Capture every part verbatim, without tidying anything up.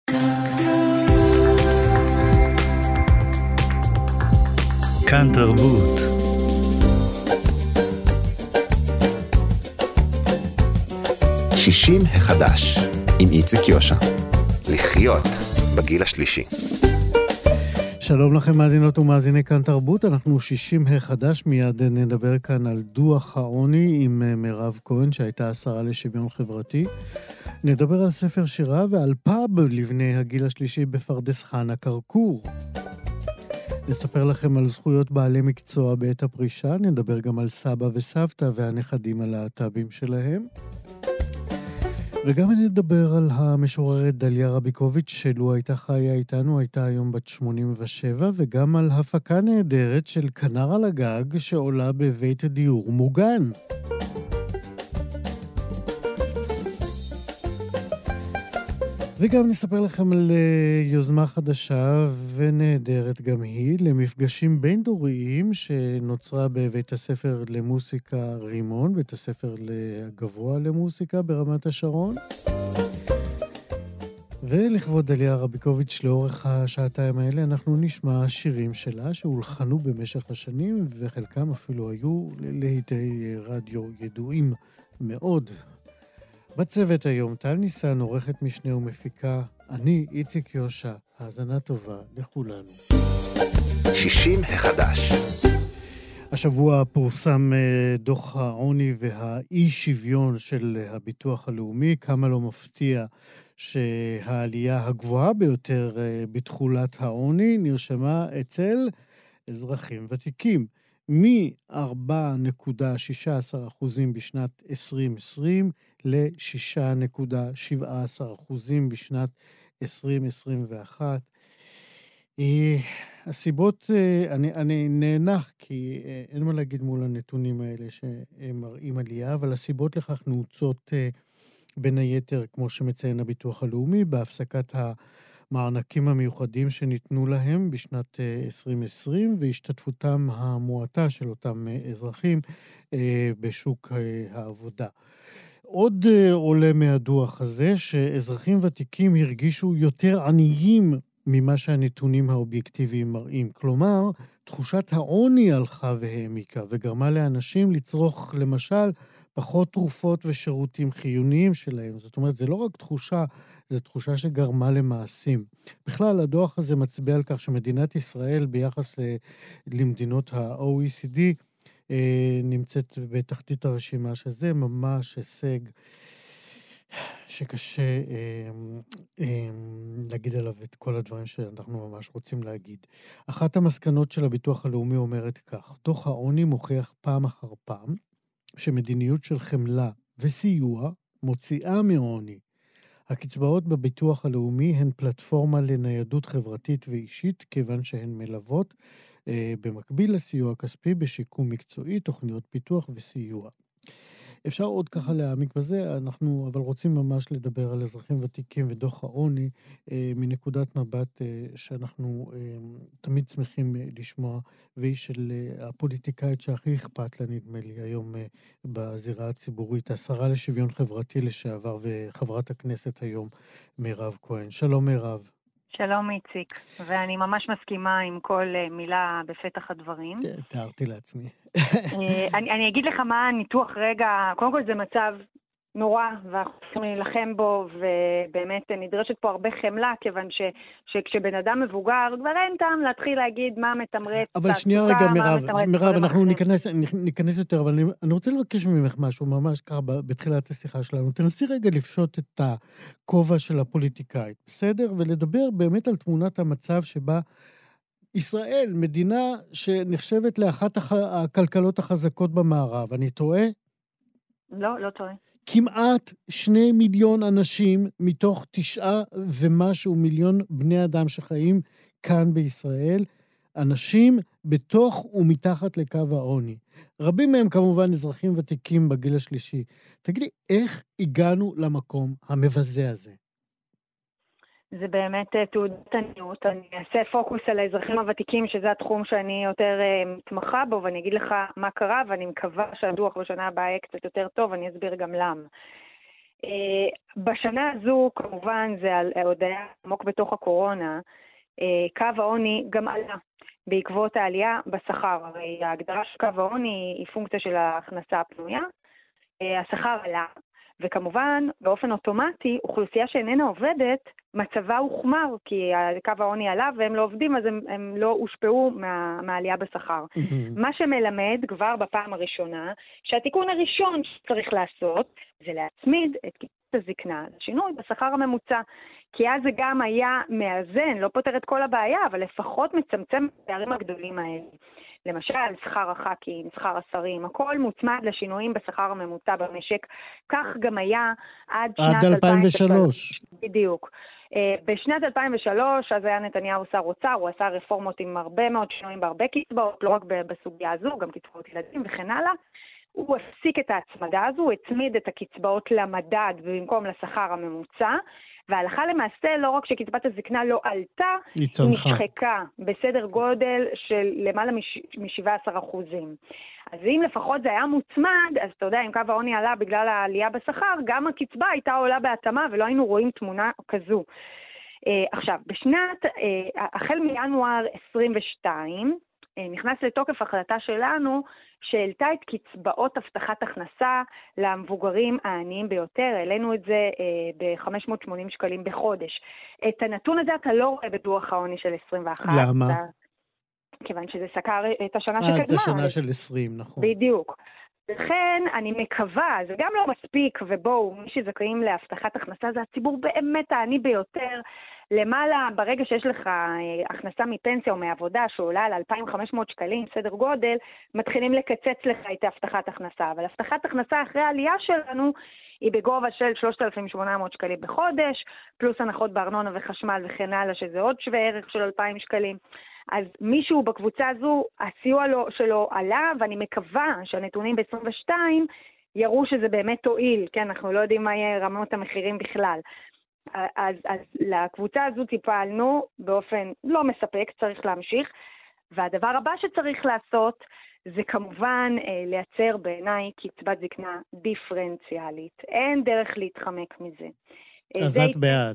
כאן תרבות. שישים החדש עם איציק יושע. לחיות בגיל השלישי. שלום לכם מאזינות ומאזיני כאן תרבות, אנחנו שישים החדש, מיד נדבר כאן על דוח העוני עם מירב כהן שהייתה השרה לשוויון חברתי. נדבר על ספר שירה ועל פאב לבני הגיל השלישי בפרדס חנה כרכור. נספר לכם על זכויות בעלי מקצוע בעת הפרישה, נדבר גם על סבא וסבתא והנכדים הלהט"בים שלהם. וגם נדבר על המשוררת דליה רביקוביץ' שלו הייתה חיה איתנו, הייתה היום בת שמונים ושבע, וגם על הפקה נהדרת של כנר על הגג שעולה בבית דיור מוגן. וגם נספר לכם על יוזמה חדשה ונהדרת גם היא, למפגשים בין דוריים שנוצרה בבית הספר למוסיקה רימון, בית הספר הגבוה למוסיקה ברמת השרון. ולכבוד דליה רביקוביץ' לאורך השעתיים האלה אנחנו נשמע שירים שלה שהולחנו במשך השנים, וחלקם אפילו היו להיטי רדיו ידועים מאוד. בצוות היום טל ניסן, עורכת משנה ומפיקה, אני איציק יושע, האזנה טובה לכולנו. שישים החדש. השבוע פורסם דוח העוני והאי שוויון של הביטוח הלאומי, כמה לא מפתיע שהעלייה הגבוהה ביותר בתחולת העוני נרשמה אצל אזרחים ותיקים. מ-ארבע נקודה שישה עשר אחוזים בשנת עשרים עשרים ל-שש נקודה שבע עשרה אחוזים בשנת עשרים עשרים ואחת. הסיבות, אני, אני נאנח כי אין מה להגיד מול הנתונים האלה שהם מראים עלייה, אבל הסיבות לכך נעוצות בין היתר, כמו שמציין הביטוח הלאומי, בהפסקת ה... מענקים המיוחדים שניתנו להם בשנת עשרים עשרים, והשתתפותם המועטה של אותם אזרחים בשוק העבודה. עוד עולה מהדוח הזה שאזרחים ותיקים הרגישו יותר עניים ממה שהנתונים האובייקטיביים מראים. כלומר, תחושת העוני הלכה והעמיקה וגרמה לאנשים לצרוך למשל פחות תרופות ושירותים חיוניים שלהם. זאת אומרת, זה לא רק תחושה, זו תחושה שגרמה למעשים. בכלל, הדוח הזה מצביע על כך שמדינת ישראל ביחס למדינות ה-או אי סי די נמצאת בתחתית הרשימה, שזה ממש הישג שקשה אה, אה, להגיד עליו את כל הדברים שאנחנו ממש רוצים להגיד. אחת המסקנות של הביטוח הלאומי אומרת כך: דוח העוני מוכיח פעם אחר פעם שמדיניות של חמלה וסיוע מוציאה מעוני. הקצבאות בביטוח הלאומי הן פלטפורמה לניידות חברתית ואישית, כיוון שהן מלוות אה, במקביל לסיוע כספי בשיקום מקצועי, תוכניות פיתוח וסיוע. אפשר עוד ככה להעמיק בזה, אנחנו אבל רוצים ממש לדבר על אזרחים ותיקים ודוח העוני אה, מנקודת מבט אה, שאנחנו אה, תמיד שמחים אה, לשמוע, והיא של אה, הפוליטיקאית שהכי אכפת לה נדמה לי היום אה, בזירה הציבורית, השרה לשוויון חברתי לשעבר וחברת הכנסת היום מירב כהן. שלום מירב. שלום איציק, ואני ממש מסכימה עם כל מילה בפתח הדברים. תיארתי לעצמי. אני, אני אגיד לך מה הניתוח רגע, קודם כל זה מצב נורא, ואנחנו צריכים להילחם בו, ובאמת נדרשת פה הרבה חמלה, כיוון ש, שכשבן אדם מבוגר, כבר אין טעם להתחיל להגיד מה מתמרץ. אבל שנייה רגע, מירב, מירב, אנחנו ניכנס, ניכנס יותר, אבל אני, אני רוצה לבקש ממך משהו, ממש ככה בתחילת השיחה שלנו. תנסי רגע לפשוט את הכובע של הפוליטיקאית, בסדר? ולדבר באמת על תמונת המצב שבה ישראל, מדינה שנחשבת לאחת הכלכלות החזקות במערב, אני טועה? לא, לא טועה. כמעט שני מיליון אנשים מתוך תשעה ומשהו מיליון בני אדם שחיים כאן בישראל, אנשים בתוך ומתחת לקו העוני. רבים מהם כמובן אזרחים ותיקים בגיל השלישי. תגידי, איך הגענו למקום המבזה הזה? זה באמת תעודת עניות. אני אעשה פוקוס על האזרחים הוותיקים, שזה התחום שאני יותר מתמחה בו, ואני אגיד לך מה קרה, ואני מקווה שהדוח בשנה הבאה יהיה קצת יותר טוב, אני אסביר גם למה. בשנה הזו, כמובן, זה עוד היה עמוק בתוך הקורונה, קו העוני גם עלה בעקבות העלייה בשכר. הרי ההגדרה של קו העוני היא פונקציה של ההכנסה הפנויה. השכר עלה, וכמובן, באופן אוטומטי, אוכלוסייה שאיננה עובדת, מצבה הוחמר, כי קו העוני עלה והם לא עובדים, אז הם, הם לא הושפעו מה, מהעלייה בשכר. Mm-hmm. מה שמלמד כבר בפעם הראשונה, שהתיקון הראשון שצריך לעשות, זה להצמיד את קצבת הזקנה, לשינוי בשכר הממוצע. כי אז זה גם היה מאזן, לא פותר את כל הבעיה, אבל לפחות מצמצם את הפערים הגדולים האלה. למשל, שכר הח"כים, שכר השרים, הכל מוצמד לשינויים בשכר הממוצע במשק, כך גם היה עד שנת אלפיים ושלוש. בדיוק. בשנת אלפיים ושלוש, אז היה נתניהו שר אוצר, הוא עשה רפורמות עם הרבה מאוד שינויים בהרבה קצבאות, לא רק בסוגיה הזו, גם קצבאות ילדים וכן הלאה. הוא הפסיק את ההצמדה הזו, הוא הצמיד את הקצבאות למדד במקום לשכר הממוצע, והלכה למעשה לא רק שקצבת הזקנה לא עלתה, היא נשחקה בסדר גודל של למעלה מ-שבעה עשר אחוזים. אז אם לפחות זה היה מוצמד, אז אתה יודע, אם קו העוני עלה בגלל העלייה בשכר, גם הקצבה הייתה עולה בהתאמה, ולא היינו רואים תמונה כזו. עכשיו, בשנת, החל מינואר עשרים ושתיים, נכנס לתוקף החלטה שלנו, שהעלתה את קצבאות הבטחת הכנסה למבוגרים העניים ביותר. העלינו את זה אה, ב-חמש מאות ושמונים שקלים בחודש. את הנתון הזה אתה לא רואה בדוח העוני של עשרים ואחת. למה? אתה... כיוון שזה סקר את השנה אה, שקדמה. את השנה של עשרים, נכון. בדיוק. לכן אני מקווה, זה גם לא מספיק, ובואו, מי שזכאים להבטחת הכנסה זה הציבור באמת העני ביותר. למעלה, ברגע שיש לך הכנסה מפנסיה או מעבודה שעולה על אלפיים וחמש מאות שקלים, סדר גודל, מתחילים לקצץ לך את הבטחת הכנסה. אבל הבטחת הכנסה אחרי העלייה שלנו היא בגובה של שלושת אלפים ושמונה מאות שקלים בחודש, פלוס הנחות בארנונה וחשמל וכן הלאה, שזה עוד שווה ערך של אלפיים שקלים. אז מישהו בקבוצה הזו, הסיוע שלו עלה, ואני מקווה שהנתונים ב-עשרים ושתיים יראו שזה באמת תועיל, כן, אנחנו לא יודעים מה יהיה רמות המחירים בכלל. אז, אז לקבוצה הזו טיפלנו באופן לא מספק, צריך להמשיך, והדבר הבא שצריך לעשות, זה כמובן אה, לייצר בעיניי קצבת זקנה דיפרנציאלית. אין דרך להתחמק מזה. אז את בעד.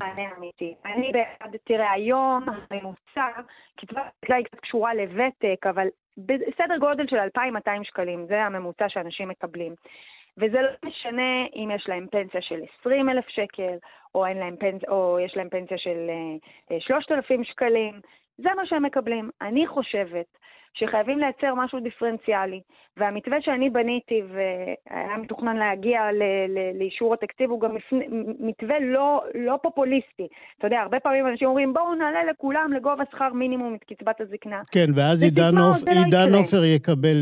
אני בעד, תראה, היום הממוצע, קצבת זקנה היא קצת קשורה לוותק, אבל בסדר גודל של אלפיים ומאתיים שקלים, זה הממוצע שאנשים מקבלים. וזה לא משנה אם יש להם פנסיה של עשרים אלף שקל, או, אין להם פנס, או יש להם פנסיה של שלושת אלפים שקלים, זה מה שהם מקבלים. אני חושבת שחייבים לייצר משהו דיפרנציאלי, והמתווה שאני בניתי והיה מתוכנן להגיע ל- ל- לאישור התקציב, הוא גם מתווה לא, לא פופוליסטי. אתה יודע, הרבה פעמים אנשים אומרים, בואו נעלה לכולם לגובה שכר מינימום את קצבת הזקנה. כן, ואז עידן עופר יקבל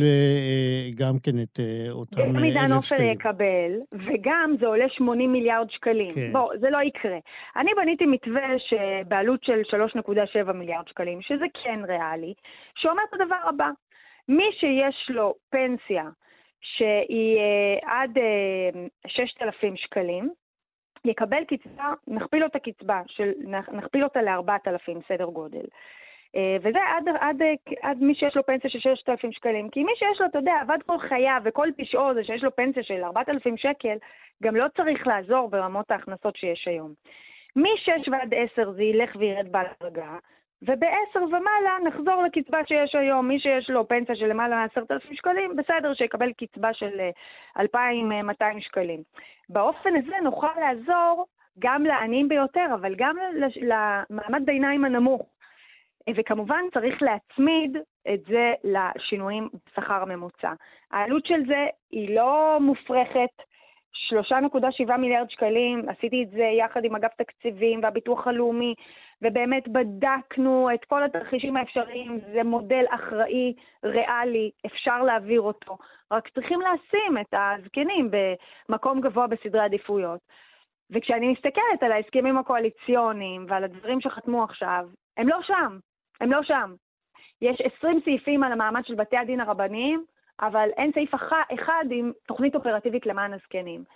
גם כן את אותם אלף שקלים. עידן עופר יקבל, וגם זה עולה שמונים מיליארד שקלים. כן. בוא, זה לא יקרה. אני בניתי מתווה שבעלות של שלוש נקודה שבע מיליארד שקלים, שזה כן ריאלי, שאומר את הדבר הבא. מי שיש לו פנסיה שהיא עד ששת אלפים שקלים, יקבל קצבה, נכפיל אותה קצבה, של, נכפיל אותה ל-ארבעת אלפים סדר גודל. וזה עד, עד, עד מי שיש לו פנסיה של ששת אלפים שקלים. כי מי שיש לו, אתה יודע, עבד כל חייו וכל פשעו זה שיש לו פנסיה של ארבעת אלפים שקל, גם לא צריך לעזור ברמות ההכנסות שיש היום. מי שש ועד עשר זה ילך וירד בהדרגה, ובעשר ומעלה נחזור לקצבה שיש היום. מי שיש לו פנסיה של למעלה מעשרת אלפים שקלים, בסדר שיקבל קצבה של אלפיים ומאתיים שקלים. באופן הזה נוכל לעזור גם לעניים ביותר, אבל גם למעמד ביניים הנמוך. וכמובן צריך להצמיד את זה לשינויים בשכר הממוצע. העלות של זה היא לא מופרכת, שלוש נקודה שבע מיליארד שקלים, עשיתי את זה יחד עם אגף תקציבים והביטוח הלאומי, ובאמת בדקנו את כל התרחישים האפשריים, זה מודל אחראי, ריאלי, אפשר להעביר אותו, רק צריכים לשים את הזקנים במקום גבוה בסדרי עדיפויות. וכשאני מסתכלת על ההסכמים הקואליציוניים ועל הדברים שחתמו עכשיו, הם לא שם, הם לא שם. יש עשרים סעיפים על המעמד של בתי הדין הרבניים, אבל אין סעיף אחד עם תוכנית אופרטיבית למען הזקנים.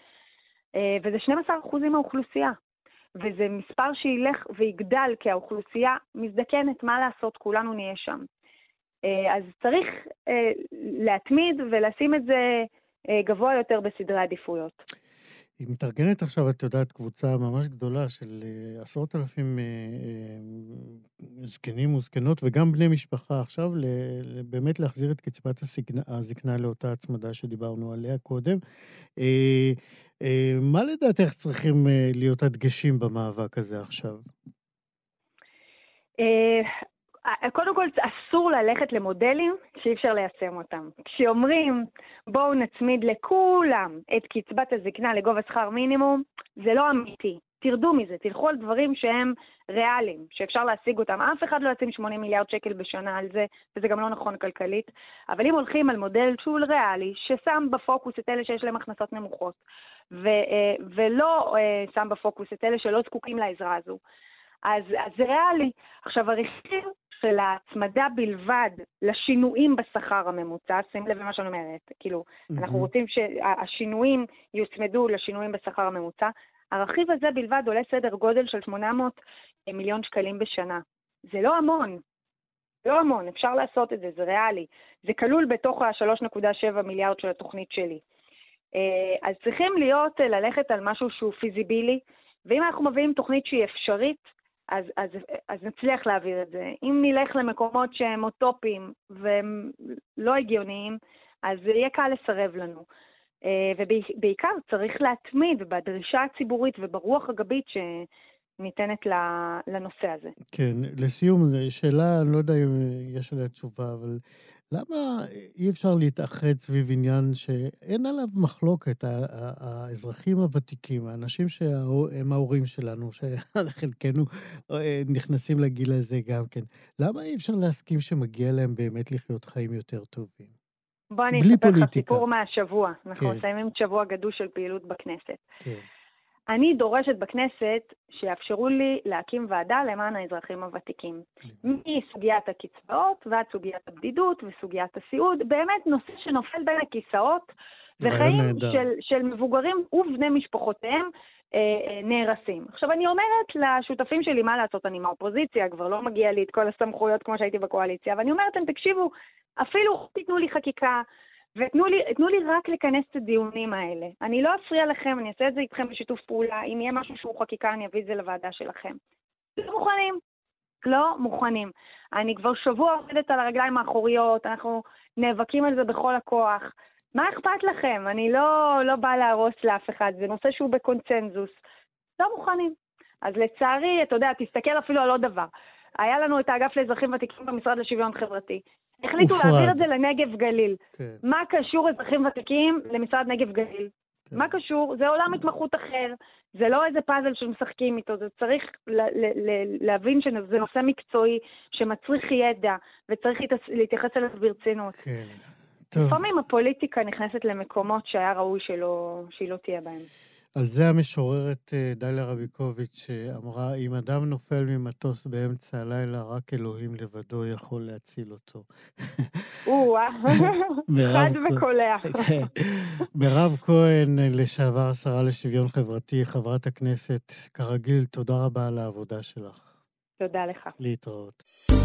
וזה שנים עשר אחוזים מהאוכלוסייה. וזה מספר שילך ויגדל, כי האוכלוסייה מזדקנת, מה לעשות, כולנו נהיה שם. אז צריך להתמיד ולשים את זה גבוה יותר בסדרי עדיפויות. היא מתארגנת עכשיו, את יודעת, קבוצה ממש גדולה של אה, עשרות אלפים אה, אה, זקנים וזקנות וגם בני משפחה עכשיו, ל, ל- באמת להחזיר את קצבת הזקנה, הזקנה לאותה הצמדה שדיברנו עליה קודם. אה, אה, מה לדעתך צריכים אה, להיות הדגשים במאבק הזה עכשיו? אה, קודם כל, אסור ללכת למודלים שאי אפשר ליישם אותם. כשאומרים, בואו נצמיד לכולם את קצבת הזקנה לגובה שכר מינימום, זה לא אמיתי. תרדו מזה, תלכו על דברים שהם ריאליים, שאפשר להשיג אותם. אף אחד לא ישים שמונים מיליארד שקל בשנה על זה, וזה גם לא נכון כלכלית. אבל אם הולכים על מודל שהוא ריאלי, ששם בפוקוס את אלה שיש להם הכנסות נמוכות, ו- ולא שם בפוקוס את אלה שלא זקוקים לעזרה הזו, אז, אז זה ריאלי. עכשיו, הרכיב של ההצמדה בלבד לשינויים בשכר הממוצע, שים לב למה שאני אומרת, כאילו, mm-hmm. אנחנו רוצים שהשינויים יוצמדו לשינויים בשכר הממוצע, הרכיב הזה בלבד עולה סדר גודל של שמונה מאות מיליון שקלים בשנה. זה לא המון, לא המון, אפשר לעשות את זה, זה ריאלי. זה כלול בתוך ה-שלוש נקודה שבע מיליארד של התוכנית שלי. אז צריכים להיות, ללכת על משהו שהוא פיזיבילי, ואם אנחנו מביאים תוכנית שהיא אפשרית, אז, אז, אז נצליח להעביר את זה. אם נלך למקומות שהם אוטופיים והם לא הגיוניים, אז זה יהיה קל לסרב לנו. ובעיקר צריך להתמיד בדרישה הציבורית וברוח הגבית שניתנת לנושא הזה. כן, לסיום, שאלה, אני לא יודע אם יש עליה תשובה, אבל למה אי אפשר להתאחד סביב עניין שאין עליו מחלוקת, האזרחים הוותיקים, האנשים שהם ההורים שלנו, שחלקנו נכנסים לגיל הזה גם כן, למה אי אפשר להסכים שמגיע להם באמת לחיות חיים יותר טובים? בוא אני אספר לך סיפור מהשבוע, אנחנו מסיימים שבוע גדוש של פעילות בכנסת. כן. אני דורשת בכנסת שיאפשרו לי להקים ועדה למען האזרחים הוותיקים. מסוגיית הקצבאות ועד סוגיית הבדידות וסוגיית הסיעוד, באמת נושא שנופל בין הכיסאות, וחיים של, של מבוגרים ובני משפחותיהם אה, אה, נהרסים. עכשיו אני אומרת לשותפים שלי מה לעשות, אני מהאופוזיציה, כבר לא מגיע לי את כל הסמכויות כמו שהייתי בקואליציה, ואני אומרת להם, תקשיבו, אפילו תיתנו לי חקיקה, ותנו לי, תנו לי רק לכנס את הדיונים האלה. אני לא אפריע לכם, אני אעשה את זה איתכם בשיתוף פעולה. אם יהיה משהו שהוא חקיקה, אני אביא את זה לוועדה שלכם. לא מוכנים. לא מוכנים. אני כבר שבוע עומדת על הרגליים האחוריות, אנחנו נאבקים על זה בכל הכוח. מה אכפת לכם? אני לא, לא באה להרוס לאף אחד. זה נושא שהוא בקונצנזוס. לא מוכנים. אז לצערי, אתה יודע, תסתכל אפילו על עוד דבר. היה לנו את האגף לאזרחים ותיקים במשרד לשוויון חברתי. החליטו להעביר את זה לנגב גליל. כן. מה קשור אזרחים ותיקים למשרד נגב גליל? כן. מה קשור? זה עולם התמחות אחר. זה לא איזה פאזל שמשחקים איתו. זה צריך ל- ל- ל- להבין שזה נושא מקצועי שמצריך ידע, וצריך להתייחס אליו ברצינות. כן. טוב. לפעמים הפוליטיקה נכנסת למקומות שהיה ראוי שלא, שהיא לא תהיה בהם. על זה המשוררת דליה רביקוביץ' שאמרה, אם אדם נופל ממטוס באמצע הלילה, רק אלוהים לבדו יכול להציל אותו. או-אה, חד וקולע. מירב כהן, לשעבר השרה לשוויון חברתי, חברת הכנסת, כרגיל, תודה רבה על העבודה שלך. תודה לך. להתראות.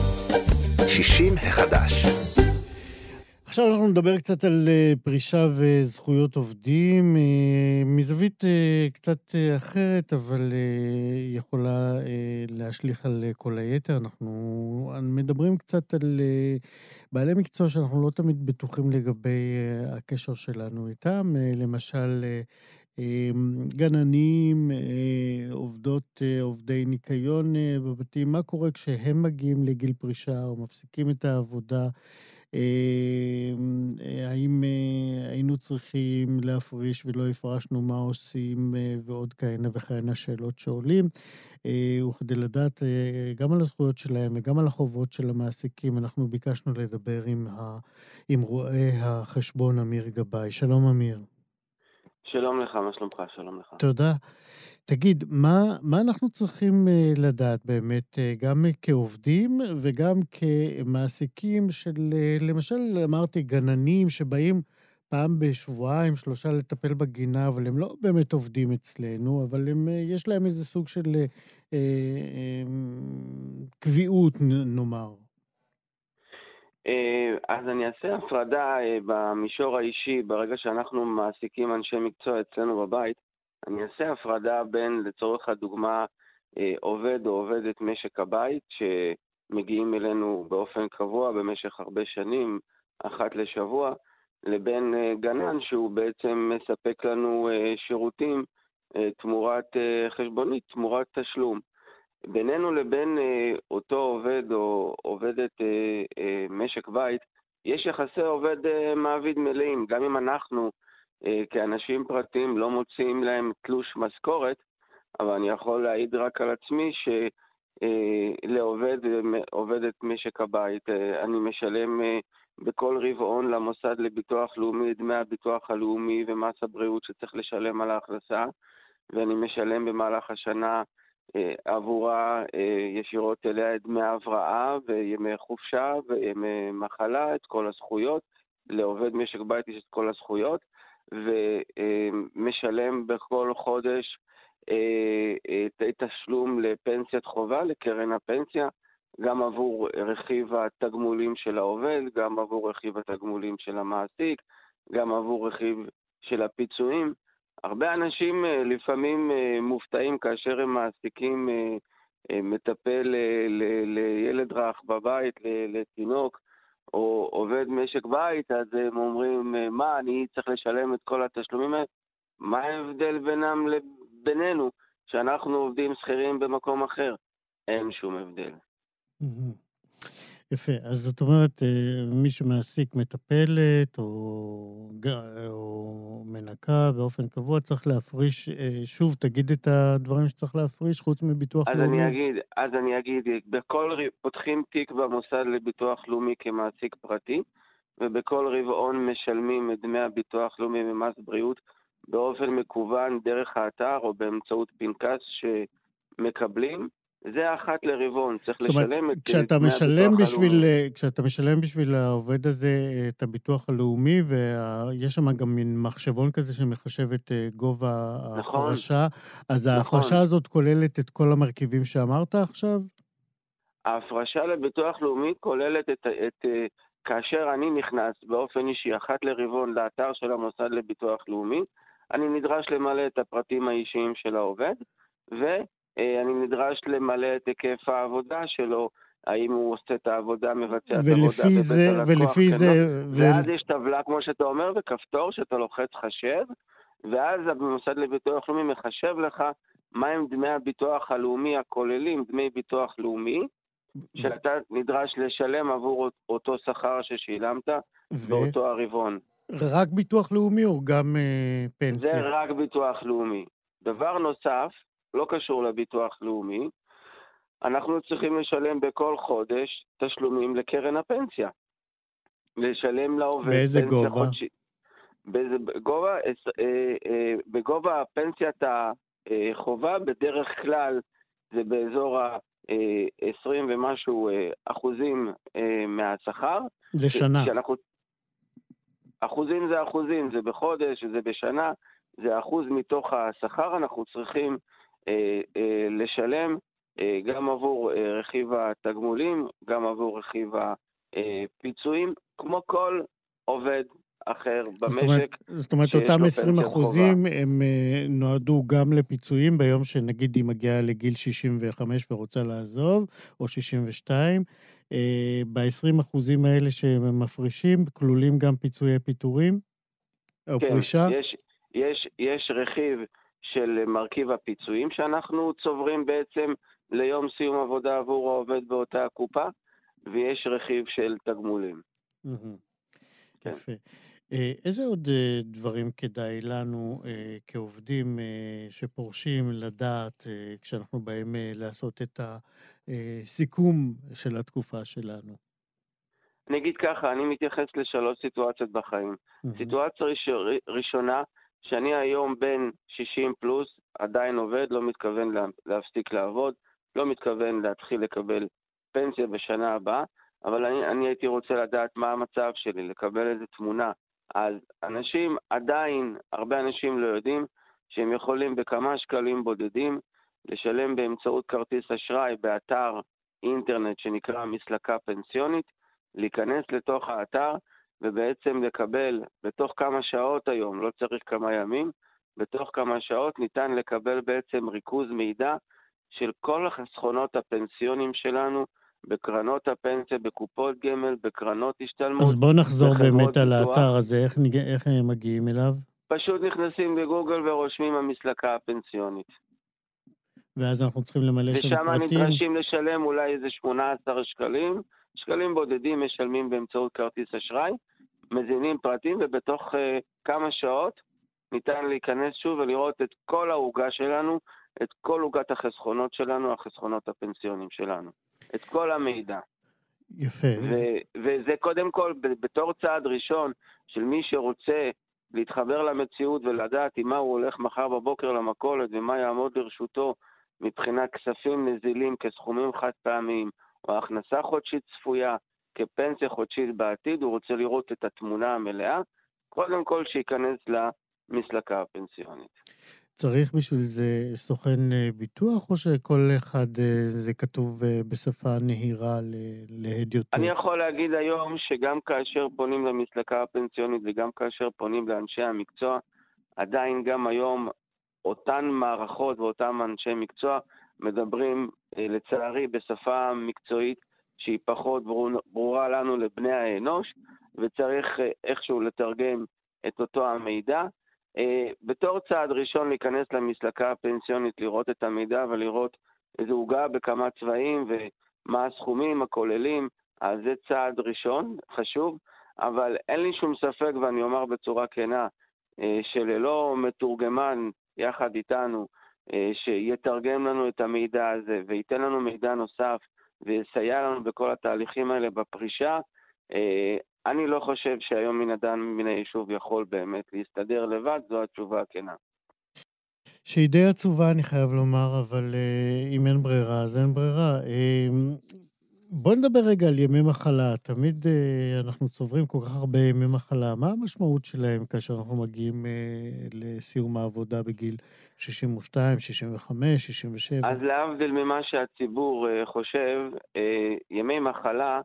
שישים החדש. עכשיו אנחנו נדבר קצת על פרישה וזכויות עובדים, מזווית קצת אחרת, אבל יכולה להשליך על כל היתר. אנחנו מדברים קצת על בעלי מקצוע שאנחנו לא תמיד בטוחים לגבי הקשר שלנו איתם, למשל גננים, עובדות, עובדי ניקיון בבתים. מה קורה כשהם מגיעים לגיל פרישה או מפסיקים את העבודה? האם היינו צריכים להפריש ולא הפרשנו, מה עושים, ועוד כהנה וכהנה שאלות שעולים. וכדי לדעת גם על הזכויות שלהם וגם על החובות של המעסיקים, אנחנו ביקשנו לדבר עם, ה... עם רואה החשבון אמיר גבאי. שלום אמיר. שלום לך, מה שלומך? שלום לך. תודה. תגיד, מה, מה אנחנו צריכים uh, לדעת באמת, uh, גם כעובדים וגם כמעסיקים של, uh, למשל, אמרתי, גננים שבאים פעם בשבועיים, שלושה לטפל בגינה, אבל הם לא באמת עובדים אצלנו, אבל הם, uh, יש להם איזה סוג של uh, uh, uh, קביעות, נאמר. אז אני אעשה הפרדה במישור האישי, ברגע שאנחנו מעסיקים אנשי מקצוע אצלנו בבית, אני אעשה הפרדה בין, לצורך הדוגמה, אה, עובד או עובדת משק הבית, שמגיעים אלינו באופן קבוע במשך הרבה שנים, אחת לשבוע, לבין אה, גנן שהוא בעצם מספק לנו אה, שירותים אה, תמורת אה, חשבונית, תמורת תשלום. בינינו לבין אה, אותו עובד או עובדת אה, אה, משק בית, יש יחסי עובד אה, מעביד מלאים. גם אם אנחנו אה, כאנשים פרטיים לא מוציאים להם תלוש משכורת, אבל אני יכול להעיד רק על עצמי שלעובד עובדת משק הבית, אה, אני משלם אה, בכל רבעון למוסד לביטוח לאומי את דמי הביטוח הלאומי ומס הבריאות שצריך לשלם על ההכנסה, ואני משלם במהלך השנה אה, עבורה אה, ישירות אליה את דמי ההבראה וימי חופשה וימי מחלה, את כל הזכויות. לעובד משק בית יש את כל הזכויות, ומשלם בכל חודש אה, אה, תשלום לפנסיית חובה, לקרן הפנסיה, גם עבור רכיב התגמולים של העובד, גם עבור רכיב התגמולים של המעסיק, גם עבור רכיב של הפיצויים. הרבה אנשים אה, לפעמים אה, מופתעים כאשר הם מעסיקים אה, אה, מטפל אה, ל- לילד רך בבית, ל- לתינוק, או עובד משק בית, אז הם אומרים, אה, מה, אני צריך לשלם את כל התשלומים האלה? מה ההבדל בינם לבינינו, שאנחנו עובדים שכירים במקום אחר? אין שום הבדל. מהמם. יפה, אז זאת אומרת, אה, מי שמעסיק מטפלת או, ג- או מנקה באופן קבוע צריך להפריש, אה, שוב, תגיד את הדברים שצריך להפריש חוץ מביטוח אז לאומי. אני אגיד, אז אני אגיד, בכל ר- פותחים תיק במוסד לביטוח לאומי כמעסיק פרטי, ובכל רבעון משלמים את דמי הביטוח לאומי ומס בריאות באופן מקוון דרך האתר או באמצעות פנקס שמקבלים. זה אחת לרבעון, צריך זאת אומרת, לשלם את כשאתה דמי משלם הביטוח בשביל, הלאומי. אה, כשאתה משלם בשביל העובד הזה אה, את הביטוח הלאומי, ויש שם גם מין מחשבון כזה שמחשב את אה, גובה נכון, ההפרשה, אז נכון. ההפרשה הזאת כוללת את כל המרכיבים שאמרת עכשיו? ההפרשה לביטוח לאומי כוללת את, את, את כאשר אני נכנס באופן אישי אחת לרבעון לאתר של המוסד לביטוח לאומי, אני נדרש למלא את הפרטים האישיים של העובד, ואני נדרש למלא את היקף העבודה שלו, האם הוא עושה את העבודה, מבצע את העבודה ולפי בבית זה, הלקוח, ולפי כן, זה, לא? ו... ואז יש טבלה, כמו שאתה אומר, וכפתור שאתה לוחץ חשב, ואז המוסד לביטוח לאומי מחשב לך מהם דמי הביטוח הלאומי הכוללים, דמי ביטוח לאומי, שאתה נדרש לשלם עבור אותו שכר ששילמת ו... באותו הרבעון. רק ביטוח לאומי או גם אה, זה פנסיה? רק ביטוח לאומי. דבר נוסף, לא קשור לביטוח לאומי, אנחנו צריכים לשלם בכל חודש תשלומים לקרן הפנסיה. לשלם לעובד באיזה פנסיה גובה? חודשית. באיזה גובה? אה, אה, בגובה פנסיית החובה, בדרך כלל זה באזור ה... עשרים ומשהו אחוזים מהשכר. לשנה. שאנחנו, אחוזים זה אחוזים, זה בחודש, זה בשנה, זה אחוז מתוך השכר. אנחנו צריכים אה, אה, לשלם אה, גם עבור אה, רכיב התגמולים, גם עבור רכיב הפיצויים, כמו כל עובד אחר במשק. זאת אומרת, אותם עשרים אחוזים הם נועדו גם לפיצויים ביום שנגיד היא מגיעה לגיל שישים וחמש ורוצה לעזוב, או שישים ושתיים. ב-עשרים אחוזים האלה שהם מפרישים, כלולים גם פיצויי פיטורים או כן, פרישה? יש, יש, יש רכיב של מרכיב הפיצויים שאנחנו צוברים בעצם ליום סיום עבודה עבור העובד באותה הקופה, ויש רכיב של תגמולים. כן. יפה. איזה עוד דברים כדאי לנו כעובדים שפורשים לדעת כשאנחנו באים לעשות את הסיכום של התקופה שלנו? אני אגיד ככה, אני מתייחס לשלוש סיטואציות בחיים. סיטואציה ראשונה, שאני היום בן שישים פלוס, עדיין עובד, לא מתכוון להפסיק לעבוד, לא מתכוון להתחיל לקבל פנסיה בשנה הבאה, אבל אני, אני הייתי רוצה לדעת מה המצב שלי, לקבל איזו תמונה. אז אנשים עדיין, הרבה אנשים לא יודעים שהם יכולים בכמה שקלים בודדים לשלם באמצעות כרטיס אשראי באתר אינטרנט שנקרא מסלקה פנסיונית, להיכנס לתוך האתר ובעצם לקבל בתוך כמה שעות היום, לא צריך כמה ימים, בתוך כמה שעות ניתן לקבל בעצם ריכוז מידע של כל החסכונות הפנסיונים שלנו, בקרנות הפנסיה, בקופות גמל, בקרנות השתלמות. אז בוא נחזור בחברות באמת על ביטוח. האתר הזה, איך, נג... איך הם מגיעים אליו? פשוט נכנסים בגוגל ורושמים המסלקה הפנסיונית. ואז אנחנו צריכים למלא שם ושם פרטים. נדרשים לשלם אולי איזה שמונה עשר שקלים, שקלים בודדים משלמים באמצעות כרטיס אשראי, מזינים פרטים, ובתוך uh, כמה שעות ניתן להיכנס שוב ולראות את כל העוגה שלנו, את כל עוגת החסכונות שלנו, החסכונות הפנסיונים שלנו, את כל המידע. יפה. ו- וזה קודם כל, בתור צעד ראשון של מי שרוצה להתחבר למציאות ולדעת עם מה הוא הולך מחר בבוקר למכולת ומה יעמוד לרשותו מבחינת כספים נזילים כסכומים חד פעמיים, או הכנסה חודשית צפויה כפנסיה חודשית בעתיד, הוא רוצה לראות את התמונה המלאה, קודם כל שיכנס למסלקה הפנסיונית. צריך בשביל זה סוכן ביטוח, או שכל אחד זה כתוב בשפה נהירה להדיוטות? אני יכול להגיד היום שגם כאשר פונים למסלקה הפנסיונית וגם כאשר פונים לאנשי המקצוע, עדיין גם היום אותן מערכות ואותם אנשי מקצוע מדברים לצערי בשפה מקצועית שהיא פחות ברורה לנו לבני האנוש, וצריך איכשהו לתרגם את אותו המידע. בתור צעד ראשון להיכנס למסלקה הפנסיונית, לראות את המידע ולראות איזו עוגה בכמה צבעים ומה הסכומים הכוללים, אז זה צעד ראשון, חשוב, אבל אין לי שום ספק, ואני אומר בצורה כנה, שללא מתורגמן יחד איתנו, שיתרגם לנו את המידע הזה וייתן לנו מידע נוסף ויסייע לנו בכל התהליכים האלה בפרישה, אני לא חושב שהיום מן אדם מן היישוב יכול באמת להסתדר לבד, זו התשובה הכנה. שהיא די עצובה, אני חייב לומר, אבל uh, אם אין ברירה, אז אין ברירה. Uh, בוא נדבר רגע על ימי מחלה. תמיד uh, אנחנו צוברים כל כך הרבה ימי מחלה. מה המשמעות שלהם כאשר אנחנו מגיעים uh, לסיום העבודה בגיל שישים ושתיים, שישים וחמש, שישים ושבע? אז להבדיל ממה שהציבור uh, חושב, uh, ימי מחלה,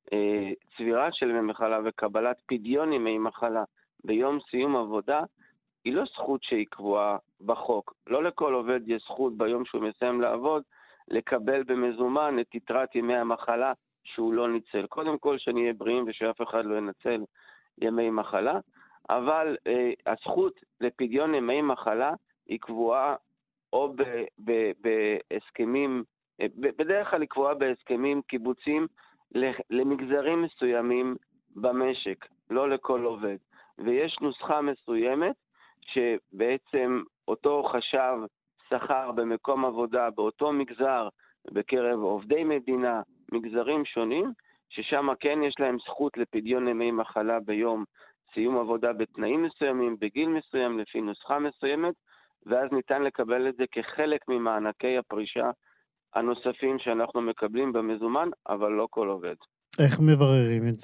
צבירה של ימי מחלה וקבלת פדיון ימי מחלה ביום סיום עבודה, היא לא זכות שהיא קבועה בחוק. לא לכל עובד יש זכות ביום שהוא מסיים לעבוד לקבל במזומן את יתרת ימי המחלה שהוא לא ניצל. קודם כל שנהיה בריאים ושאף אחד לא ינצל ימי מחלה, אבל אה, הזכות לפדיון ימי מחלה היא קבועה או ב- ב- בהסכמים, אה, בדרך כלל היא קבועה בהסכמים קיבוציים למגזרים מסוימים במשק, לא לכל עובד. ויש נוסחה מסוימת שבעצם אותו חשב שכר במקום עבודה, באותו מגזר, בקרב עובדי מדינה, מגזרים שונים, ששם כן יש להם זכות לפדיון ימי מחלה ביום סיום עבודה בתנאים מסוימים, בגיל מסוים, לפי נוסחה מסוימת, ואז ניתן לקבל את זה כחלק ממענקי הפרישה הנוספים שאנחנו מקבלים במזומן, אבל לא כל עובד. איך מבררים את זה?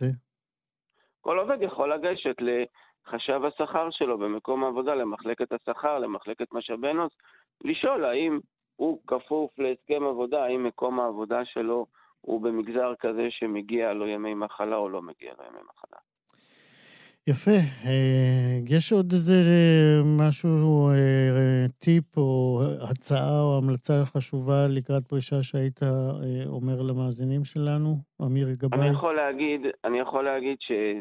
כל עובד יכול לגשת לחשב השכר שלו במקום העבודה, למחלקת השכר, למחלקת משאבי אנוש, לשאול האם הוא כפוף להסכם עבודה, האם מקום העבודה שלו הוא במגזר כזה שמגיע לו ימי מחלה או לא מגיע לו ימי מחלה. יפה. יש עוד איזה משהו, טיפ או הצעה או המלצה חשובה לקראת פרישה שהיית אומר למאזינים שלנו? אמיר גבאי? אני יכול להגיד, אני יכול להגיד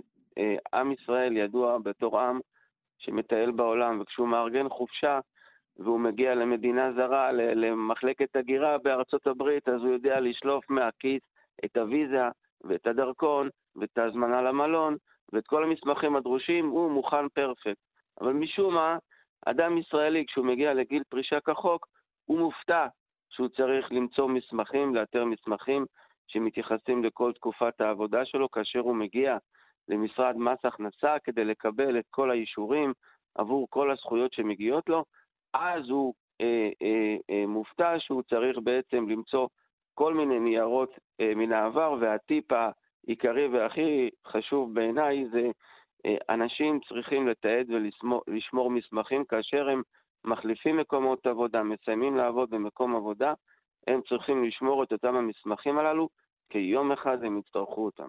שעם ישראל ידוע בתור עם שמטייל בעולם, וכשהוא מארגן חופשה והוא מגיע למדינה זרה, למחלקת הגירה בארצות הברית, אז הוא יודע לשלוף מהכיס את הוויזה ואת הדרכון ואת ההזמנה למלון, ואת כל המסמכים הדרושים, הוא מוכן פרפקט. אבל משום מה, אדם ישראלי, כשהוא מגיע לגיל פרישה כחוק, הוא מופתע שהוא צריך למצוא מסמכים, לאתר מסמכים שמתייחסים לכל תקופת העבודה שלו, כאשר הוא מגיע למשרד מס הכנסה כדי לקבל את כל האישורים עבור כל הזכויות שמגיעות לו, אז הוא אה, אה, אה, מופתע שהוא צריך בעצם למצוא כל מיני ניירות אה, מן העבר, והטיפ העיקרי והכי חשוב בעיניי זה אה, אנשים צריכים לתעד ולשמור מסמכים כאשר הם מחליפים מקומות עבודה, מסיימים לעבוד במקום עבודה, הם צריכים לשמור את אותם המסמכים הללו, כי יום אחד הם יצטרכו אותם.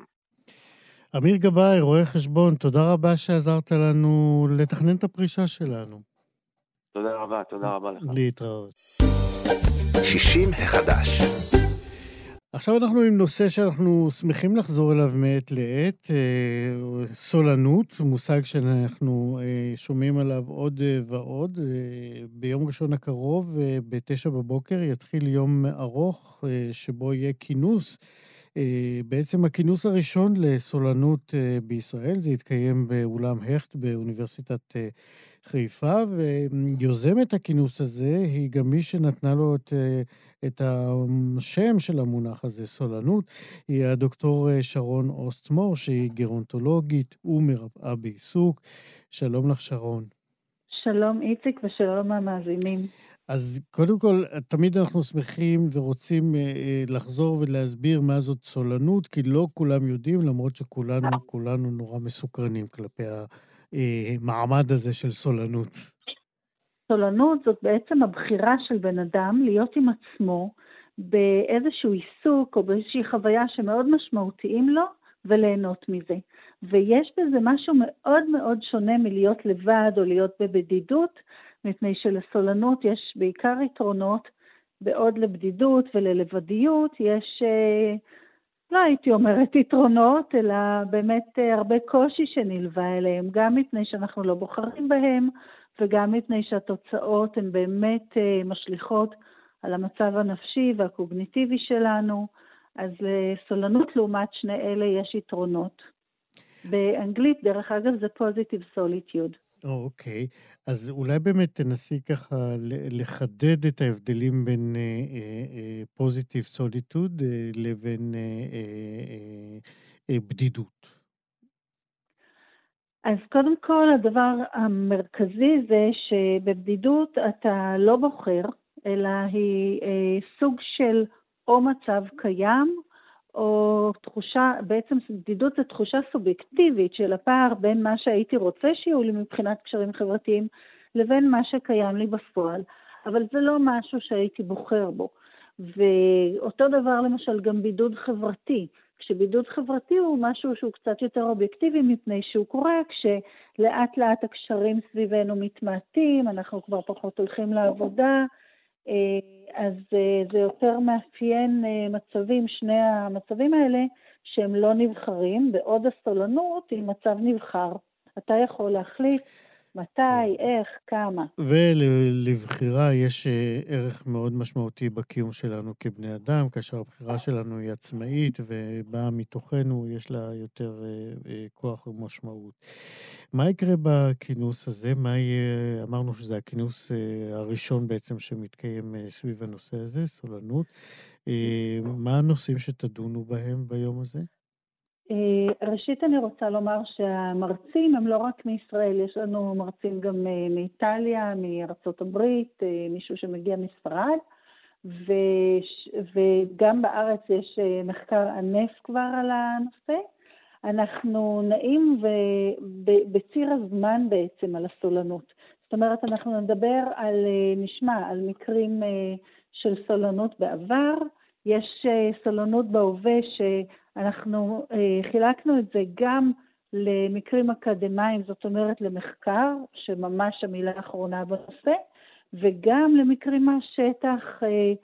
אמיר גבאי, רואה חשבון, תודה רבה שעזרת לנו לתכנן את הפרישה שלנו. תודה רבה, תודה רבה לך. להתראות. שישים החדש. עכשיו אנחנו עם נושא שאנחנו שמחים לחזור אליו מעת לעת, סולנות, מושג שאנחנו שומעים עליו עוד ועוד. ביום ראשון הקרוב, בתשע בבוקר, יתחיל יום ארוך שבו יהיה כינוס, בעצם הכינוס הראשון לסולנות בישראל. זה יתקיים באולם הכט באוניברסיטת חיפה, ויוזמת הכינוס הזה היא גם מי שנתנה לו את, את השם של המונח הזה, סולנות, היא הדוקטור שרון אוסטמור, שהיא גרונטולוגית ומרפאה בעיסוק. שלום לך שרון. שלום איציק ושלום המאזינים. אז קודם כל, תמיד אנחנו שמחים ורוצים לחזור ולהסביר מה זאת סולנות, כי לא כולם יודעים, למרות שכולנו כולנו נורא מסוקרנים כלפי המעמד הזה של סולנות. סולנות זאת בעצם הבחירה של בן אדם להיות עם עצמו באיזשהו עיסוק או באיזושהי חוויה שמאוד משמעותיים לו וליהנות מזה. ויש בזה משהו מאוד מאוד שונה מלהיות לבד או להיות בבדידות, מפני שלסולנות יש בעיקר יתרונות, בעוד לבדידות וללבדיות יש, לא הייתי אומרת יתרונות, אלא באמת הרבה קושי שנלווה אליהם, גם מפני שאנחנו לא בוחרים בהם, וגם מפני שהתוצאות הן באמת משליכות על המצב הנפשי והקוגניטיבי שלנו. אז לסולנות לעומת שני אלה יש יתרונות. באנגלית, דרך אגב, זה positive solitude. אוקיי, אז אולי באמת תנסי ככה לחדד את ההבדלים בין פוזיטיב סוליטוד לבין בדידות. אז קודם כל, הדבר המרכזי זה שבבדידות אתה לא בוחר, אלא היא סוג של או מצב קיים, או תחושה, בעצם בדידות זה תחושה סובייקטיבית של הפער בין מה שהייתי רוצה שיהיו לי מבחינת קשרים חברתיים, לבין מה שקיים לי בפועל. אבל זה לא משהו שהייתי בוחר בו. ואותו דבר למשל גם בידוד חברתי. כשבידוד חברתי הוא משהו שהוא קצת יותר אובייקטיבי מפני שהוא קורה, כשלאט לאט הקשרים סביבנו מתמעטים, אנחנו כבר פחות הולכים לעבודה, אז זה יותר מאפיין מצבים, שני המצבים האלה שהם לא נבחרים, בעוד הסולנות היא מצב נבחר. אתה יכול להחליט מתי, איך, כמה. ולבחירה יש ערך מאוד משמעותי בקיום שלנו כבני אדם, כאשר הבחירה שלנו היא עצמאית ובאה מתוכנו, יש לה יותר כוח ומשמעות. מה יקרה בכינוס הזה? מה יהיה, אמרנו שזה הכינוס הראשון בעצם שמתקיים סביב הנושא הזה, סולנות. מה הנושאים שתדונו בהם ביום הזה? ראשית אני רוצה לומר שהמרצים הם לא רק מישראל, יש לנו מרצים גם מאיטליה, מארצות הברית, מישהו שמגיע מספרד, ו... וגם בארץ יש מחקר ענף כבר על הנושא. אנחנו נעים ו... בציר הזמן בעצם על הסולנות. זאת אומרת, אנחנו נדבר על, נשמע, על מקרים של סולנות בעבר, יש סולנות בהווה שאנחנו חילקנו את זה גם למקרים אקדמיים, זאת אומרת למחקר, שממש המילה האחרונה בנושא, וגם למקרים מהשטח,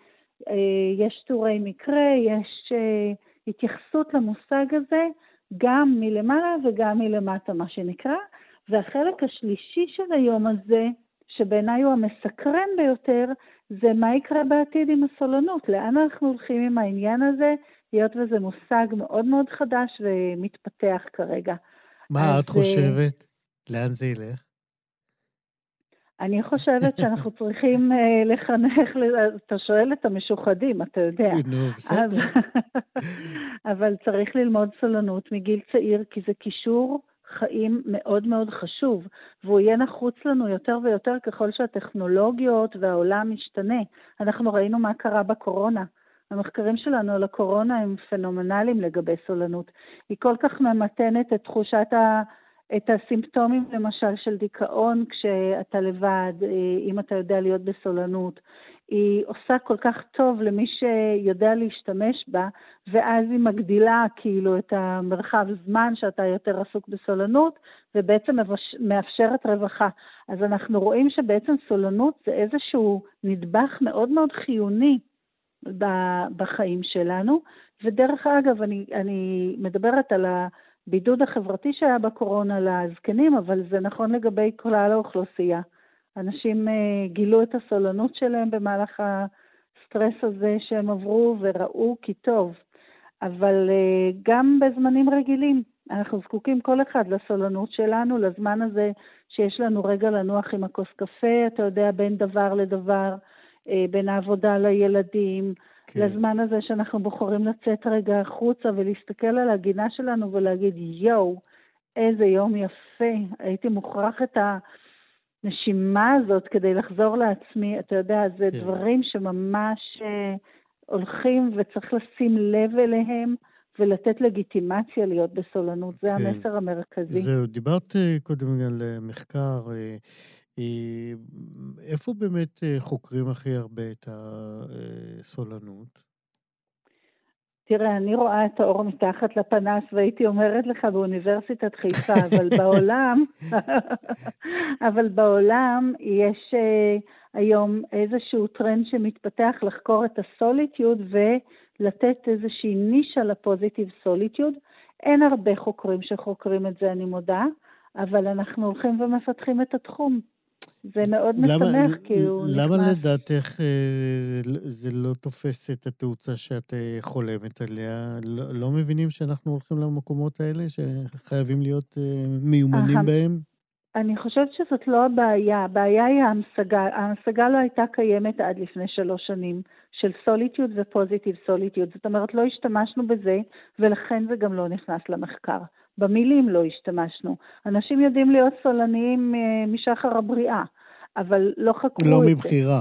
יש תיאורי מקרה, יש התייחסות למושג הזה, גם מלמעלה וגם מלמטה, מה שנקרא. והחלק השלישי של היום הזה, שבעיניי הוא המסקרן ביותר, זה מה יקרה בעתיד עם הסולנות. לאן אנחנו הולכים עם העניין הזה, היות וזה מושג מאוד מאוד חדש ומתפתח כרגע. מה את חושבת? לאן זה ילך? אני חושבת שאנחנו צריכים לחנך, אתה שואל את המשוחדים, אתה יודע. נו, בסדר. אבל צריך ללמוד סולנות מגיל צעיר, כי זה קישור חיים מאוד מאוד חשוב, והוא יהיה נחוץ לנו יותר ויותר ככל שהטכנולוגיות והעולם משתנה. אנחנו ראינו מה קרה בקורונה. המחקרים שלנו על הקורונה הם פנומנליים לגבי סולנות. היא כל כך ממתנת את תחושת ה... את הסימפטומים למשל של דיכאון כשאתה לבד, אם אתה יודע להיות בסולנות. היא עושה כל כך טוב למי שיודע להשתמש בה, ואז היא מגדילה כאילו את המרחב זמן שאתה יותר עסוק בסולנות, ובעצם מאפשרת רווחה. אז אנחנו רואים שבעצם סולנות זה איזשהו נדבך מאוד מאוד חיוני בחיים שלנו, ודרך אגב, אני, אני מדברת על הבידוד החברתי שהיה בקורונה לזקנים, אבל זה נכון לגבי כלל האוכלוסייה. אנשים גילו את הסולנות שלהם במהלך הסטרס הזה שהם עברו וראו כי טוב. אבל גם בזמנים רגילים, אנחנו זקוקים כל אחד לסולנות שלנו, לזמן הזה שיש לנו רגע לנוח עם הכוס קפה, אתה יודע, בין דבר לדבר, בין העבודה לילדים, כן. לזמן הזה שאנחנו בוחרים לצאת רגע החוצה ולהסתכל על הגינה שלנו ולהגיד, יואו, איזה יום יפה, הייתי מוכרח את הנשימה הזאת כדי לחזור לעצמי, אתה יודע, זה כן. דברים שממש uh, הולכים וצריך לשים לב אליהם, ולתת לגיטימציה להיות בסולנות, זה כן. המסר המרכזי. זהו, דיברת קודם על מחקר, איפה באמת חוקרים הכי הרבה את הסולנות? תראה, אני רואה את האור מתחת לפנס, והייתי אומרת לך באוניברסיטת חיפה, אבל בעולם, אבל בעולם יש היום איזשהו טרנד שמתפתח לחקור את הסוליטיוד, ולתת איזושהי נישה לפוזיטיב סוליטיוד. אין הרבה חוקרים שחוקרים את זה, אני מודה, אבל אנחנו הולכים ומפתחים את התחום. זה מאוד משמח, כי הוא נכנס. למה לדעתך זה לא תופס את התאוצה שאת חולמת עליה? לא מבינים שאנחנו הולכים למקומות האלה, שחייבים להיות מיומנים בהם? אני חושבת שזאת לא הבעיה. הבעיה היא ההמשגה. ההמשגה לא הייתה קיימת עד לפני שלוש שנים, של סוליטיוד ופוזיטיב סוליטיוד. זאת אומרת, לא השתמשנו בזה, ולכן זה גם לא נכנס למחקר. במילים לא השתמשנו. אנשים יודעים להיות סולניים משחר הבריאה, אבל לא חקרו לא את זה. מבחירה.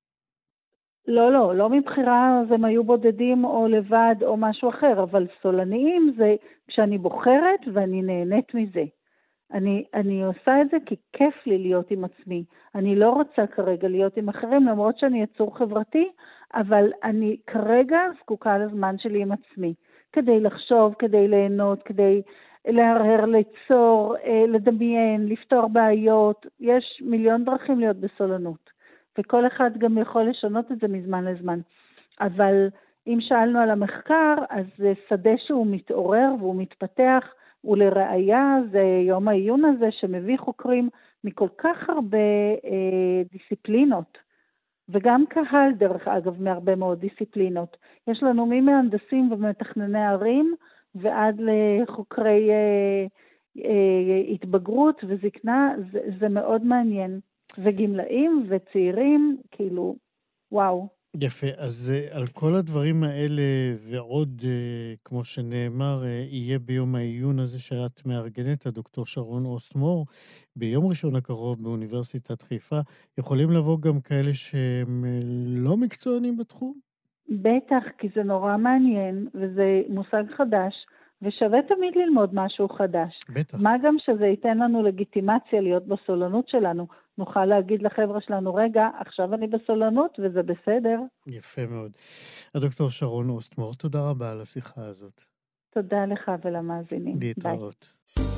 לא, לא, לא מבחירה, אז הם היו בודדים או לבד או משהו אחר, אבל סולניים זה כשאני בוחרת ואני נהנית מזה. אני, אני עושה את זה כי כיף לי להיות עם עצמי. אני לא רוצה כרגע להיות עם אחרים, למרות שאני יצור חברתי, אבל אני כרגע זקוקה לזמן שלי עם עצמי. כדי לחשוב, כדי ליהנות, כדי להרהר, ליצור, לדמיין, לפתור בעיות. יש מיליון דרכים להיות בסולנות. וכל אחד גם יכול לשנות את זה מזמן לזמן. אבל אם שאלנו על המחקר, אז זה שדה שהוא מתעורר והוא מתפתח, ולראיה זה יום העיון הזה שמביא חוקרים מכל כך הרבה אה, דיסציפלינות, וגם קהל דרך אגב מהרבה מאוד דיסציפלינות. יש לנו ממהנדסים ומתכנני ערים, ועד לחוקרי אה, אה, התבגרות וזקנה, זה, זה מאוד מעניין. וגמלאים וצעירים, כאילו, וואו. יפה, אז על כל הדברים האלה ועוד, כמו שנאמר, יהיה ביום העיון הזה שאת מארגנת, הדוקטור שרון אוסטמור, ביום ראשון הקרוב באוניברסיטת חיפה, יכולים לבוא גם כאלה שהם לא מקצוענים בתחום? בטח, כי זה נורא מעניין, וזה מושג חדש, ושווה תמיד ללמוד משהו חדש. בטח. מה גם שזה ייתן לנו לגיטימציה להיות בסולנות שלנו. נוכל להגיד לחבר'ה שלנו, רגע, עכשיו אני בסולנות וזה בסדר. יפה מאוד. הדוקטור שרון אוסטמור, תודה רבה על השיחה הזאת. תודה לך ולמאזינים. להתראות.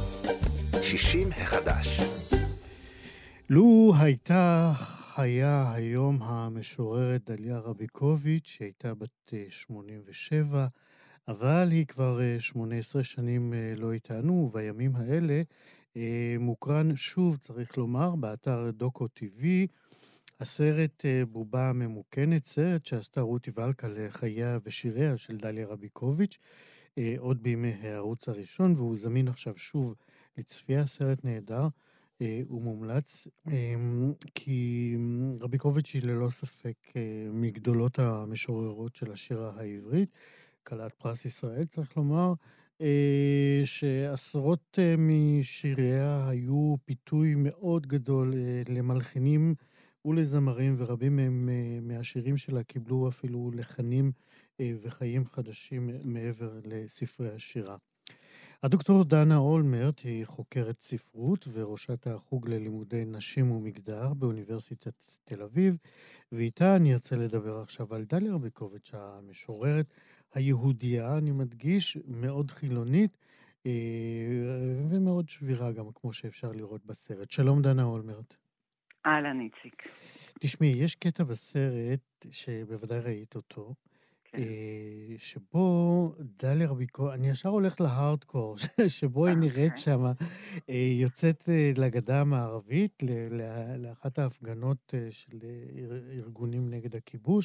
שישים החדש. לו הייתה חיה היום המשוררת דליה רביקוביץ', שהייתה בת שמונים ושבע, אבל היא כבר שמונה עשרה שנים לא איתנו, ובימים האלה מוקרן שוב, צריך לומר, באתר דוקו טיווי, הסרט בובה הממוכנת, סרט שעשתה רותי ולקה לחייה ושיריה של דליה רביקוביץ', עוד בימי הערוץ הראשון, והוא זמין עכשיו שוב לצפייה. סרט נהדר, הוא מומלץ, כי רביקוביץ' היא ללא ספק מגדולות המשוררות של השירה העברית, כלת פרס ישראל, צריך לומר, שעשרות משיריה היו פיתוי מאוד גדול למלחינים ולזמרים, ורבים מהם מהשירים שלה קיבלו אפילו לחנים וחיים חדשים מעבר לספרי השירה. הדוקטור דנה אולמרט היא חוקרת ספרות וראשת החוג ללימודי נשים ומגדר באוניברסיטת תל אביב, ואיתה אני ארצה לדבר עכשיו על דליה רביקוביץ', המשוררת היהודייה, אני מדגיש, מאוד חילונית אה, ומאוד שבירה גם, כמו שאפשר לראות בסרט. שלום דנה אולמרט. אהלן איציק. תשמעי, יש קטע בסרט שבוודאי ראית אותו, כן. אה, שבו דליה רביקוביץ', אני ישר הולך להארדקור, שבו היא נראית שמה, אה, יוצאת אה, לגדה המערבית, ל- ל- לאחת ההפגנות אה, של אה, ארגונים נגד הכיבוש,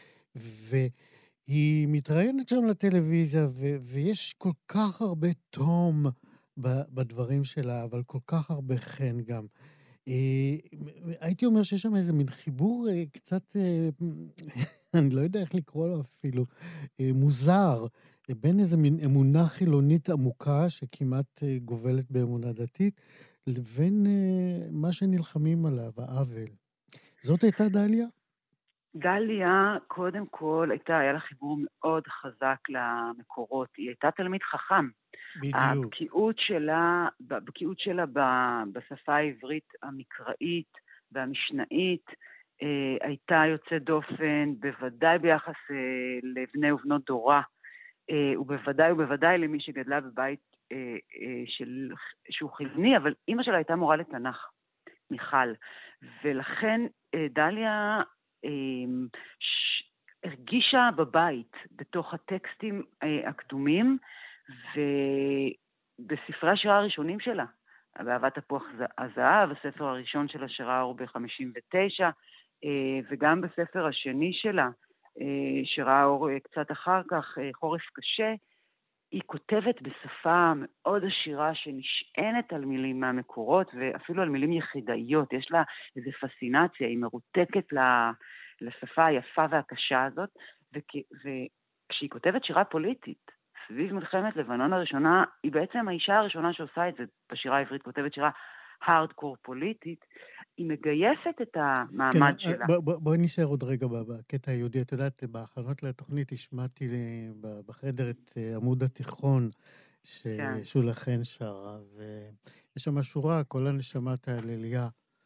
והיא מתראיינת שם לטלוויזיה, ו- ויש כל כך הרבה תום ב- בדברים שלה, אבל כל כך הרבה חן גם. אה, הייתי אומר שיש שם איזה מין חיבור אה, קצת, אה, אני לא יודע איך לקרוא לו אפילו, אה, מוזר, אה, בין איזה מין אמונה חילונית עמוקה שכמעט אה, גובלת באמונה דתית, לבין אה, מה שנלחמים עליו, העוול. זאת הייתה דליה? דליה, קודם כל, הייתה, היה לה חיבור מאוד חזק למקורות. היא הייתה תלמיד חכם. בדיוק. הבקיאות שלה, הבקיאות שלה ב- בשפה העברית המקראית והמשנאית, אה, הייתה יוצאת דופן, בוודאי ביחס אה, לבני ובנות דורה, אה, ובוודאי ובוודאי למי שגדלה בבית אה, אה, של, שהוא חילוני, אבל אמא שלה הייתה מורה לתנ"ך, מיכל. ולכן אה, דליה אה, ש... הרגישה בבית, בתוך הטקסטים אה, הקדומים, ובספרי השירה הראשונים שלה, באהבת תפוח הזהב, הספר הראשון שלה שראה אור ב-חמישים ותשע, וגם בספר השני שלה, שראה אור קצת אחר כך, חורף קשה, היא כותבת בשפה מאוד עשירה שנשענת על מילים מהמקורות, ואפילו על מילים יחידאיות. יש לה איזו פסינציה, היא מרותקת לשפה היפה והקשה הזאת, וכשהיא כותבת שירה פוליטית, סביב מלחמת לבנון הראשונה, היא בעצם האישה הראשונה שעושה את זה בשירה העברית, כותבת שירה הארדקור פוליטית, היא מגייסת את המעמד כן, שלה. בואי בוא, בוא נשאר עוד רגע בקטע היהודי. את יודעת, בהכנות לתוכנית השמעתי בחדר את עמוד התיכון ששולה חן שרה, ויש שם שורה, כל הנשמה תהלליה.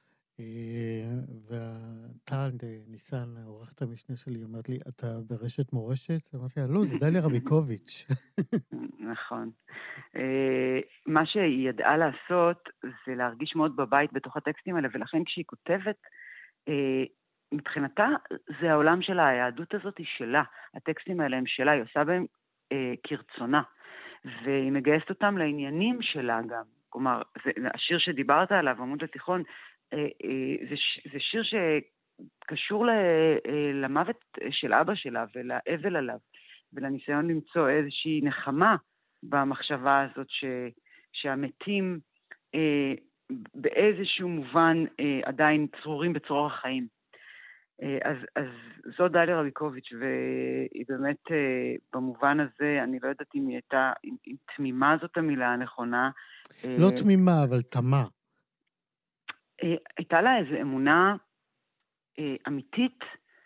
והטל ניסן, עורכת המשנה שלי, אומרת לי, אתה ברשת מורשת? אמרתי לה, לא, זה דליה רביקוביץ'. נכון. מה שהיא ידעה לעשות זה להרגיש מאוד בבית בתוך הטקסטים האלה, ולכן כשהיא כותבת, מבחינתה זה העולם שלה, היהדות הזאת היא שלה, הטקסטים האלה הם שלה, היא עושה בהם כרצונה, והיא מגייסת אותם לעניינים שלה גם. כלומר, זה, השיר שדיברת עליו, עמוד התיכון, זה, זה שיר שקשור למוות של אבא שלה ולאבל עליו, ולניסיון למצוא איזושהי נחמה במחשבה הזאת ש, שהמתים אה, באיזשהו מובן אה, עדיין צרורים בצרור החיים. אה, אז, אז זו דליה רביקוביץ', והיא באמת אה, במובן הזה, אני לא יודעת אם היא הייתה, אם, אם תמימה זאת המילה הנכונה. אה, לא תמימה, אבל תמה. אה, הייתה לה איזו אמונה אה, אמיתית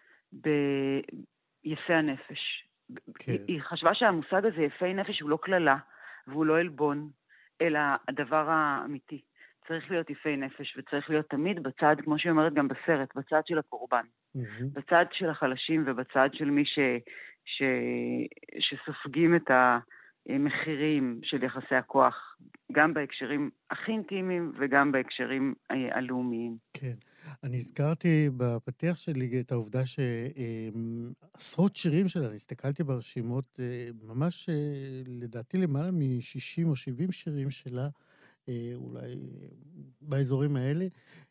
ביפי הנפש. כן. היא, היא חשבה שהמושג הזה יפי נפש הוא לא כללה, והוא לא אלבון, אלא הדבר האמיתי. צריך להיות יפי נפש, וצריך להיות תמיד בצד, כמו שהיא אומרת גם בסרט, בצד של הקורבן. Mm-hmm. בצד של החלשים ובצד של מי ש, ש, שסופגים את המחירים של יחסי הכוח, גם בהקשרים הכי אינטימיים וגם בהקשרים הלאומיים. כן. אני הזכרתי בפתיח שלי את העובדה שעשרות שירים שלה, אני הסתכלתי ברשימות, ממש לדעתי למעלה מ-שישים או שבעים שירים שלה, אולי באזורים האלה,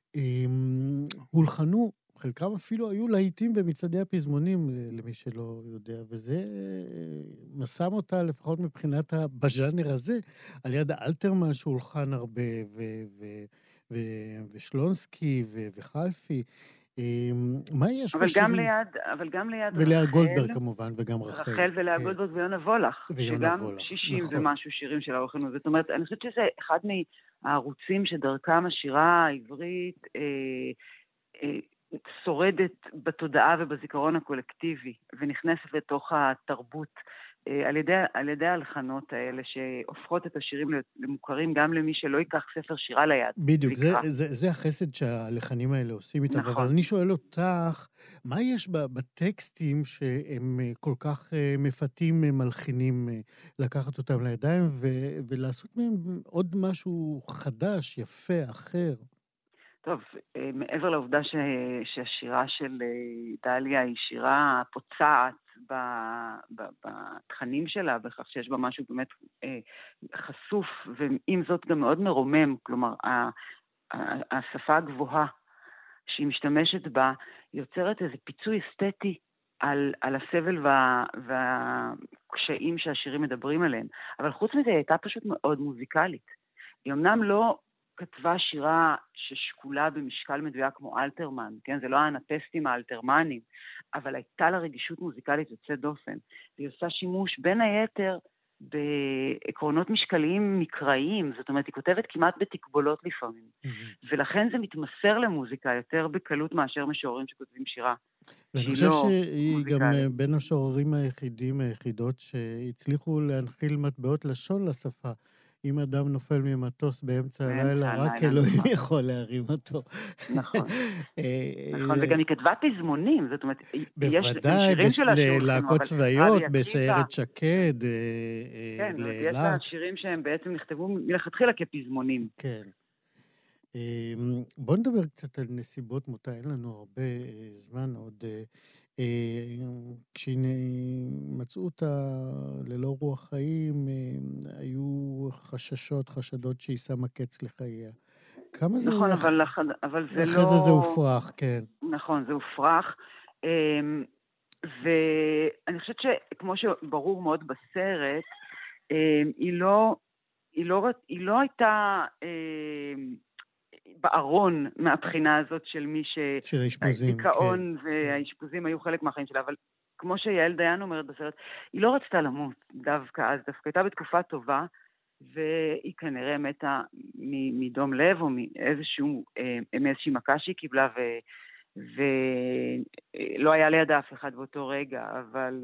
הולחנו, חלקם אפילו היו להיטים במצעדי הפזמונים, למי שלא יודע, וזה מסם אותה, לפחות מבחינת בז'אנר הזה, על יד אלתרמן שהולחן הרבה, ו... ו ו- ושלונסקי ו- וחלפי. מה יש אבל בשירים? גם ליד, אבל גם ליד ולאה רחל, גולדברג כמובן, וגם רחל. רחל ולאה כן. גולדברג ויונה וולך. ויונה שגם וולך, שישים נכון. ומשהו שירים של הולחנו. זאת אומרת, אני חושבת שזה אחד מהערוצים שדרכם השירה העברית אה, אה, שורדת בתודעה ובזיכרון הקולקטיבי, ונכנסת לתוך התרבות על ידי, על ידי ההלחנות האלה שהופכות את השירים למוכרים גם למי שלא ייקח ספר שירה ליד. בדיוק, זה, זה, זה החסד שהלחנים האלה עושים איתם. נכון. אבל אני שואל אותך, מה יש בטקסטים שהם כל כך מפתים מלחינים לקחת אותם לידיים ו- ולעשות מהם עוד משהו חדש, יפה, אחר? טוב, מעבר לעובדה ש, שהשירה של דליה היא שירה פוצעת בתכנים שלה, בכך שיש בה משהו באמת חשוף, ועם זאת גם מאוד מרומם, כלומר, השפה הגבוהה שהיא משתמשת בה, יוצרת איזה פיצוי אסתטי על, על הסבל וה, והקשיים שהשירים מדברים עליהם. אבל חוץ מזה, היא הייתה פשוט מאוד מוזיקלית. היא אמנם לא כתבה שירה ששקולה במשקל מדויק כמו אלתרמן, כן? זה לא האנטסטים האלתרמנים, אבל הייתה לה רגישות מוזיקלית יוצאת דופן. והיא עושה שימוש בין היתר בעקרונות משקליים מקראיים, זאת אומרת, היא כותבת כמעט בתקבולות לפעמים. Mm-hmm. ולכן זה מתמסר למוזיקה יותר בקלות מאשר משוררים שכותבים שירה. ואני חושב לא שהיא מוזיקלית. גם בין המשוררים היחידים, היחידות שהצליחו להנחיל מטבעות לשון לשפה. אם אדם נופל ממטוס באמצע הלילה, רק אלוהים יכול להרים אותו. נכון. נכון, וגם היא כתבה פזמונים, זאת אומרת, בוודאי, בלהקות צבאיות, בסיירת שקד, כן, יש לה שירים שהם בעצם נכתבו מלכתחילה כפזמונים. כן. בואו נדבר קצת על נסיבות מותה, אין לנו הרבה זמן עוד. כשמצאו אותה ללא רוח חיים, היו חששות, חשדות שהיא שמה קץ לחייה. כמה זה... נכון, אבל, אבל זה לא... אחרי זה זה הופרח, כן. נכון, זה הופרח. ואני חושבת שכמו שברור מאוד בסרט, היא לא, היא לא, היא לא הייתה... בארון מהבחינה הזאת של מי ש... של האשפוזים, כן. והאשפוזים היו חלק מהחיים שלה, אבל כמו שיעל דיין אומרת בסרט, היא לא רצתה למות דווקא, אז דווקא הייתה בתקופה טובה, והיא כנראה מתה מדום לב, או מאיזשהו, מאיזושהי מכה שהיא קיבלה, ולא היה לידה אף אחד באותו רגע, אבל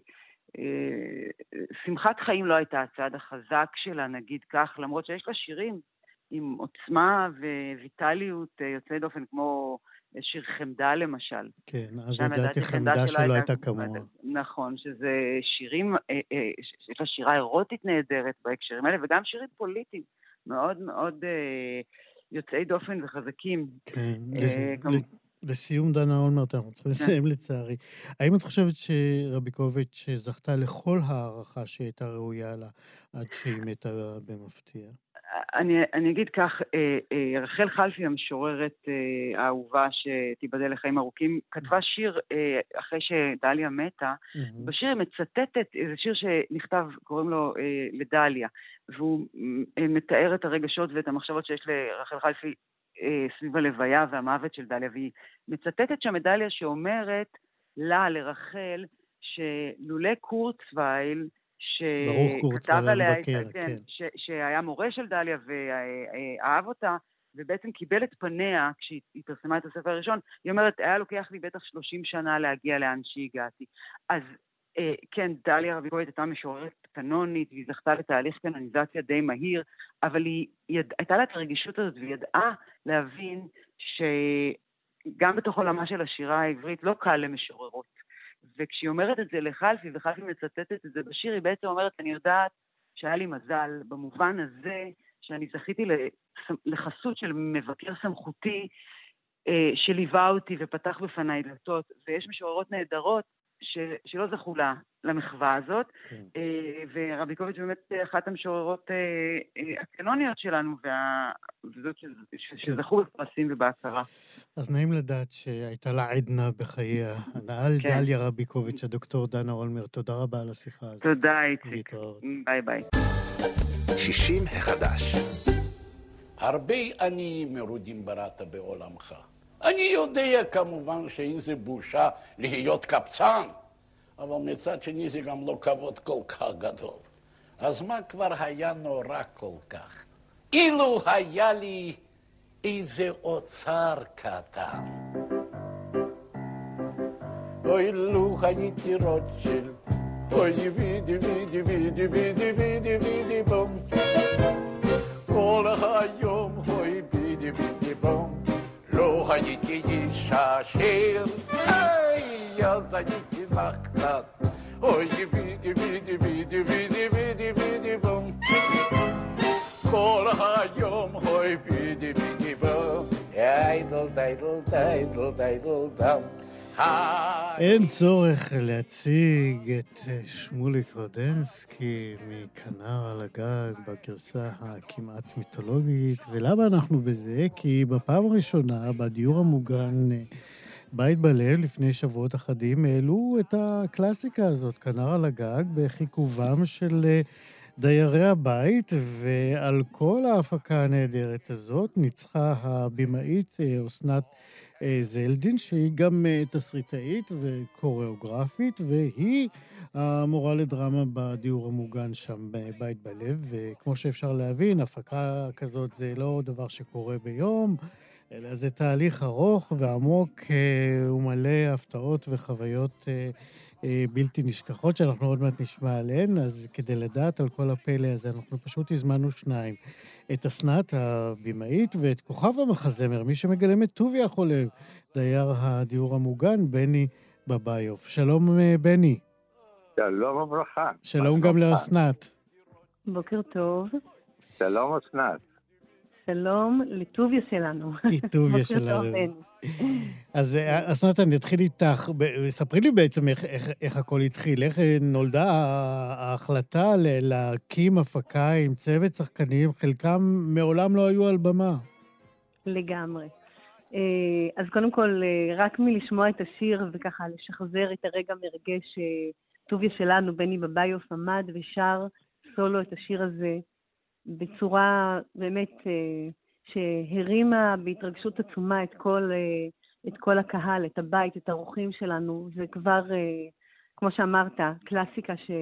שמחת חיים לא הייתה הצעד החזק שלה, נגיד כך, למרות שיש לה שירים, עם עוצמה וויטליות יוצא דופן, כמו שיר חמדה למשל. כן, אז לדעתי חמדה שלא הייתה כמוה. נכון, שזה שירים, יש לה שירה אירוטית נהדרת בהקשרים האלה, וגם שירים פוליטיים, מאוד מאוד יוצאי דופן וחזקים. כן, לסיום דנה אולמרט, אנחנו צריכים לסיים לצערי. האם את חושבת שרביקוביץ' זכתה לכל הערכה שהייתה ראויה לה, עד שהיא מתה במפתיע? אני, אני אגיד כך, רחל חלפי, המשוררת האהובה שתיבדל לחיים ארוכים, כתבה שיר אחרי שדליה מתה, בשיר היא מצטטת, זה שיר שנכתב, קוראים לו לדליה, והוא מתאר את הרגשות ואת המחשבות שיש לרחל חלפי סביב הלוויה והמוות של דליה, והיא מצטטת שם דליה שאומרת לה, לרחל, שלולא קורצווייל, שכתב עליה, כן, כן. ש, שהיה מורה של דליה ואהב אותה, ובעצם קיבל את פניה כשהיא פרסמה את הספר הראשון, היא אומרת, היה לוקח לי בטח שלושים שנה להגיע לאן שהגעתי. אז כן, דליה רביקוביץ' הייתה משוררת קנונית, והיא זכתה לתהליך קנוניזציה די מהיר, אבל היא יד... הייתה לה את הרגישות הזאת, והיא ידעה להבין שגם בתוך עולמה של השירה העברית לא קל למשוררות. וכשהיא אומרת את זה לחלפי, וחלפי מצטטת את זה בשיר, היא בעצם אומרת, אני יודעת שהיה לי מזל במובן הזה, שאני זכיתי לחסות של מבקר סמכותי, שליווה אותי ופתח בפניי דלתות, ויש משוררות נהדרות ש, שלא זכו לה למחווה הזאת, כן. ורביקוביץ' באמת אחת המשוררות הקנוניות שלנו, וזאת שזכו בפרסים ובהכרה. אז נעים לדעת שהייתה לה עדנה בחייה. הנעל כן. דליה רביקוביץ', הדוקטור דנה אולמרט, תודה רבה על השיחה הזאת. תודה, איציק. ביי ביי. שישים החדש. הרבה עניים מרודים בראת בעולמך. אני יודע כמובן שאין זה בושה להיות קבצן, אבל מצד שני זה גם לא כבוד כל כך גדול. אז מה כבר היה נורא כל כך? אילו היה לי איזה אוצר קטן. אוי לו הייתי רוטשילד, אוי בידי בידי בידי בידי בידי בידי בום כל היום אוי בידי בידי בום לא הייתי איש עשיר היי אז הייתי לך קצת אוי בידי בידי בידי בידי בידי בידי בום כל היום אוי בידי בידי בום איידל דיידל דיידל דיידל דם אין צורך להציג את שמוליק רודנסקי מכנר על הגג בגרסה הכמעט מיתולוגית. ולמה אנחנו בזה? כי בפעם הראשונה בדיור המוגן בית בלב לפני שבועות אחדים העלו את הקלאסיקה הזאת, כנר על הגג, בחיכובם של דיירי הבית, ועל כל ההפקה הנהדרת הזאת ניצחה הבימאית אסנת זלדין, שהיא גם תסריטאית וקוריאוגרפית, והיא המורה לדרמה בדיור המוגן שם בבית בלב. וכמו שאפשר להבין, הפקה כזאת זה לא דבר שקורה ביום, אלא זה תהליך ארוך ועמוק ומלא הפתעות וחוויות בלתי נשכחות, שאנחנו עוד מעט נשמע עליהן. אז כדי לדעת על כל הפלא הזה, אנחנו פשוט הזמנו שניים. את אסנת הבימאית ואת כוכב המחזמר, מי שמגלם את טוביה חולב, דייר הדיור המוגן, בני בביוף. שלום בני. שלום וברכה. שלום גם לאסנת. בוקר טוב. שלום אסנת. שלום לטוביה שלנו. טוביה שלנו. אז אסנת, אני אתחיל איתך. ספרי לי בעצם איך, איך, איך הכל התחיל, איך נולדה ההחלטה להקים הפקה עם צוות שחקנים, חלקם מעולם לא היו על במה. לגמרי. אז קודם כל, רק מלשמוע את השיר וככה לשחזר את הרגע מרגש, טוביה שלנו, בני בביוף, עמד ושר סולו את השיר הזה, בצורה באמת שהרימה בהתרגשות עצומה את כל, את כל הקהל, את הבית, את האורחים שלנו. זה כבר, כמו שאמרת, קלאסיקה, ש...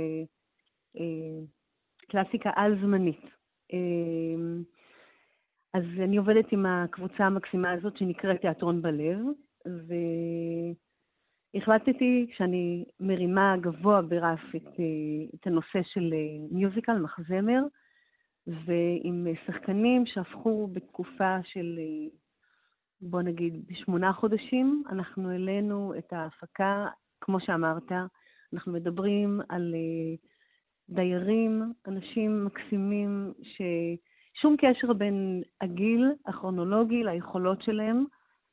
קלאסיקה על זמנית. אז אני עובדת עם הקבוצה המקסימה הזאת שנקראת תיאטרון בלב, והחלטתי שאני מרימה גבוה ברף את, את הנושא של מיוזיקל, מחזמר, ועם שחקנים שהפכו בתקופה של, בוא נגיד, בשמונה חודשים, אנחנו העלינו את ההפקה, כמו שאמרת, אנחנו מדברים על דיירים, אנשים מקסימים, ששום קשר בין הגיל הכרונולוגי ליכולות שלהם.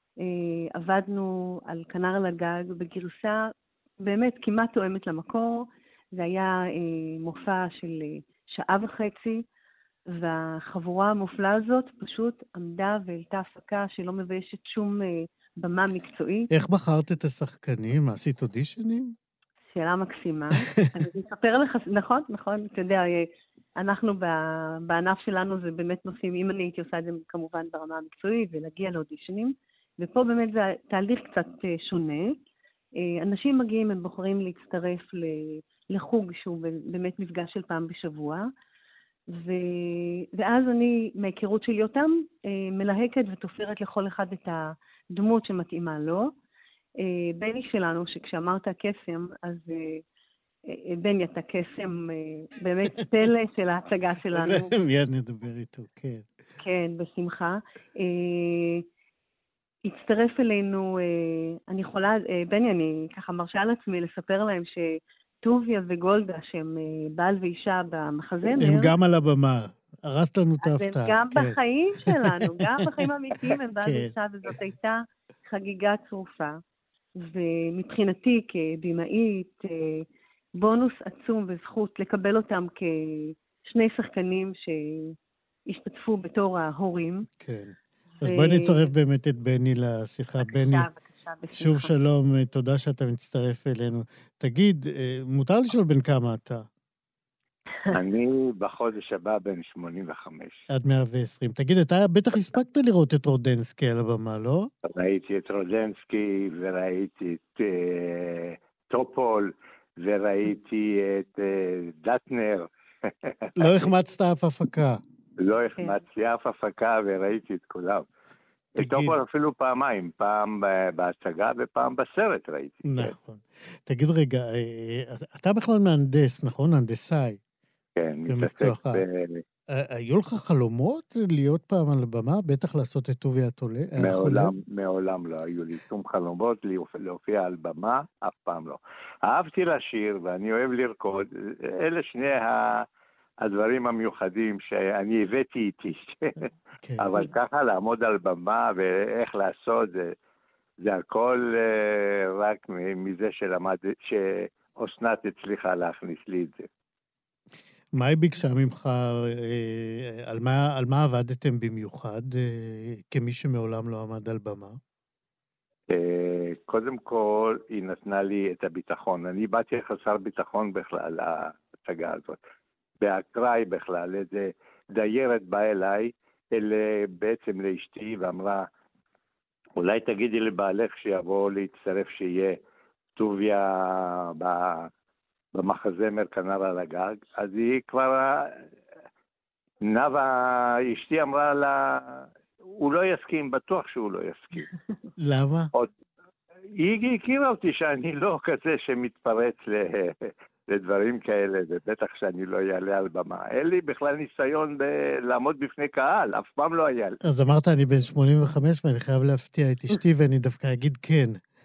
עבדנו על כנר על הגג בגרסה באמת כמעט תואמת למקור. זה היה מופע של שעה וחצי, והחבורה המופלאה הזאת פשוט עמדה והעלתה הפקה שלא מביישת שום במה מקצועית. איך בחרת את השחקנים? עשית אודישנים? שאלה מקסימה. אני אספר לך, נכון, נכון, אתה יודע, אנחנו בענף שלנו זה באמת נושאים, אם אני הייתי עושה את זה כמובן ברמה המקצועית, ולהגיע לאודישנים, ופה באמת זה תהליך קצת שונה. אנשים מגיעים, הם בוחרים להצטרף לחוג שהוא באמת מפגש של פעם בשבוע, ו... ואז אני, מההיכרות שלי אותם, מלהקת ותופרת לכל אחד את הדמות שמתאימה לו. בני שלנו, שכשאמרת קסם, אז בני, אתה קסם, באמת פלא של ההצגה שלנו. מיד נדבר איתו, כן. כן, בשמחה. הצטרף אלינו, אני יכולה, בני, אני ככה מרשה על עצמי לספר להם ש... טוביה וגולדה, שהם בעל ואישה במחזמר. הם גם על הבמה. הרסת לנו את ההפתעה. הם גם כן. בחיים שלנו, גם בחיים האמיתיים הם בעל כן. ואישה, וזאת הייתה חגיגה צרופה. ומבחינתי כבימאית, בונוס עצום וזכות לקבל אותם כשני שחקנים שהשתתפו בתור ההורים. כן. ו... אז בואי נצרף באמת את בני לשיחה. בקשה, בני. בשמחה. שוב שלום, תודה שאתה מצטרף אלינו. תגיד, מותר לשאול בין כמה אתה? אני בחודש הבא בן שמונים וחמש. עד מאה ועשרים. תגיד, אתה בטח הספקת לראות את רודנסקי על הבמה, לא? ראיתי את רודנסקי, וראיתי את uh, טופול, וראיתי את uh, דטנר. לא החמצת אף הפקה. לא החמצתי אף הפקה, וראיתי את כולם. תגיד... אפילו פעמיים, פעם בהצגה ופעם בסרט ראיתי. נכון. תגיד רגע, אתה בכלל מהנדס, נכון? הנדסאי. כן, מתעסק ב... היו לך חלומות להיות פעם על הבמה? בטח לעשות את טובי התולה? מעולם, מעולם לא היו לי שום חלומות להופיע על במה, אף פעם לא. אהבתי לשיר ואני אוהב לרקוד, אלה שני הדברים המיוחדים שאני הבאתי איתי. אבל ככה לעמוד על במה ואיך לעשות, זה הכל רק מזה שלמד, שאוסנת הצליחה להכניס לי את זה. מה היא ביקשה ממך, על מה, על מה עבדתם במיוחד, כמי שמעולם לא עמד על במה? קודם כל, היא נתנה לי את הביטחון. אני באתי חסר ביטחון בכלל להצגה הזאת. באקראי בכלל, איזה דיירת באה אליי, אלה בעצם לאשתי, ואמרה, אולי תגידי לבעלך שיבוא להצטרף שיהיה טוביה ב... במחזמר כנר על הגג, אז היא כבר, נאווה, אשתי אמרה לה, הוא לא יסכים, בטוח שהוא לא יסכים. למה? עוד, היא הכירה אותי שאני לא כזה שמתפרץ לדברים כאלה, ובטח שאני לא יעלה על במה. אין לי בכלל ניסיון ב- לעמוד בפני קהל, אף פעם לא היה לי. אז אמרת, אני בן שמונים וחמש ואני חייב להפתיע את אשתי, ואני דווקא אגיד כן.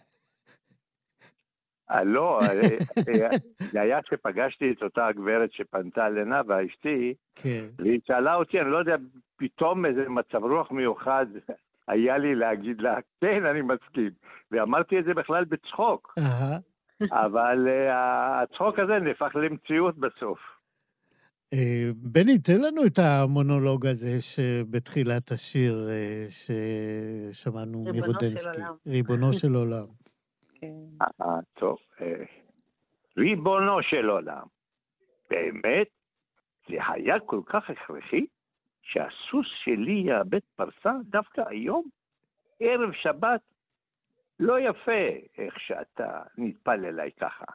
לא, זה היה שפגשתי את אותה הגברת שפנתה לנאווה, אשתי, והיא שאלה אותי, אני לא יודע, פתאום איזה מצב רוח מיוחד היה לי להגיד לה, כן, אני מסכים. ואמרתי את זה בכלל בצחוק. אבל הצחוק הזה נהפך למציאות בסוף. בני, תן לנו את המונולוג הזה שבתחילת השיר ששמענו מרודנסקי. ריבונו של עולם. אה, טוב. ריבונו של עולם. באמת, זה היה כל כך הכרחי שהסוס שלי יאבד פרסה דווקא היום, ערב שבת. לא יפה איך שאתה נטפל אליי ככה.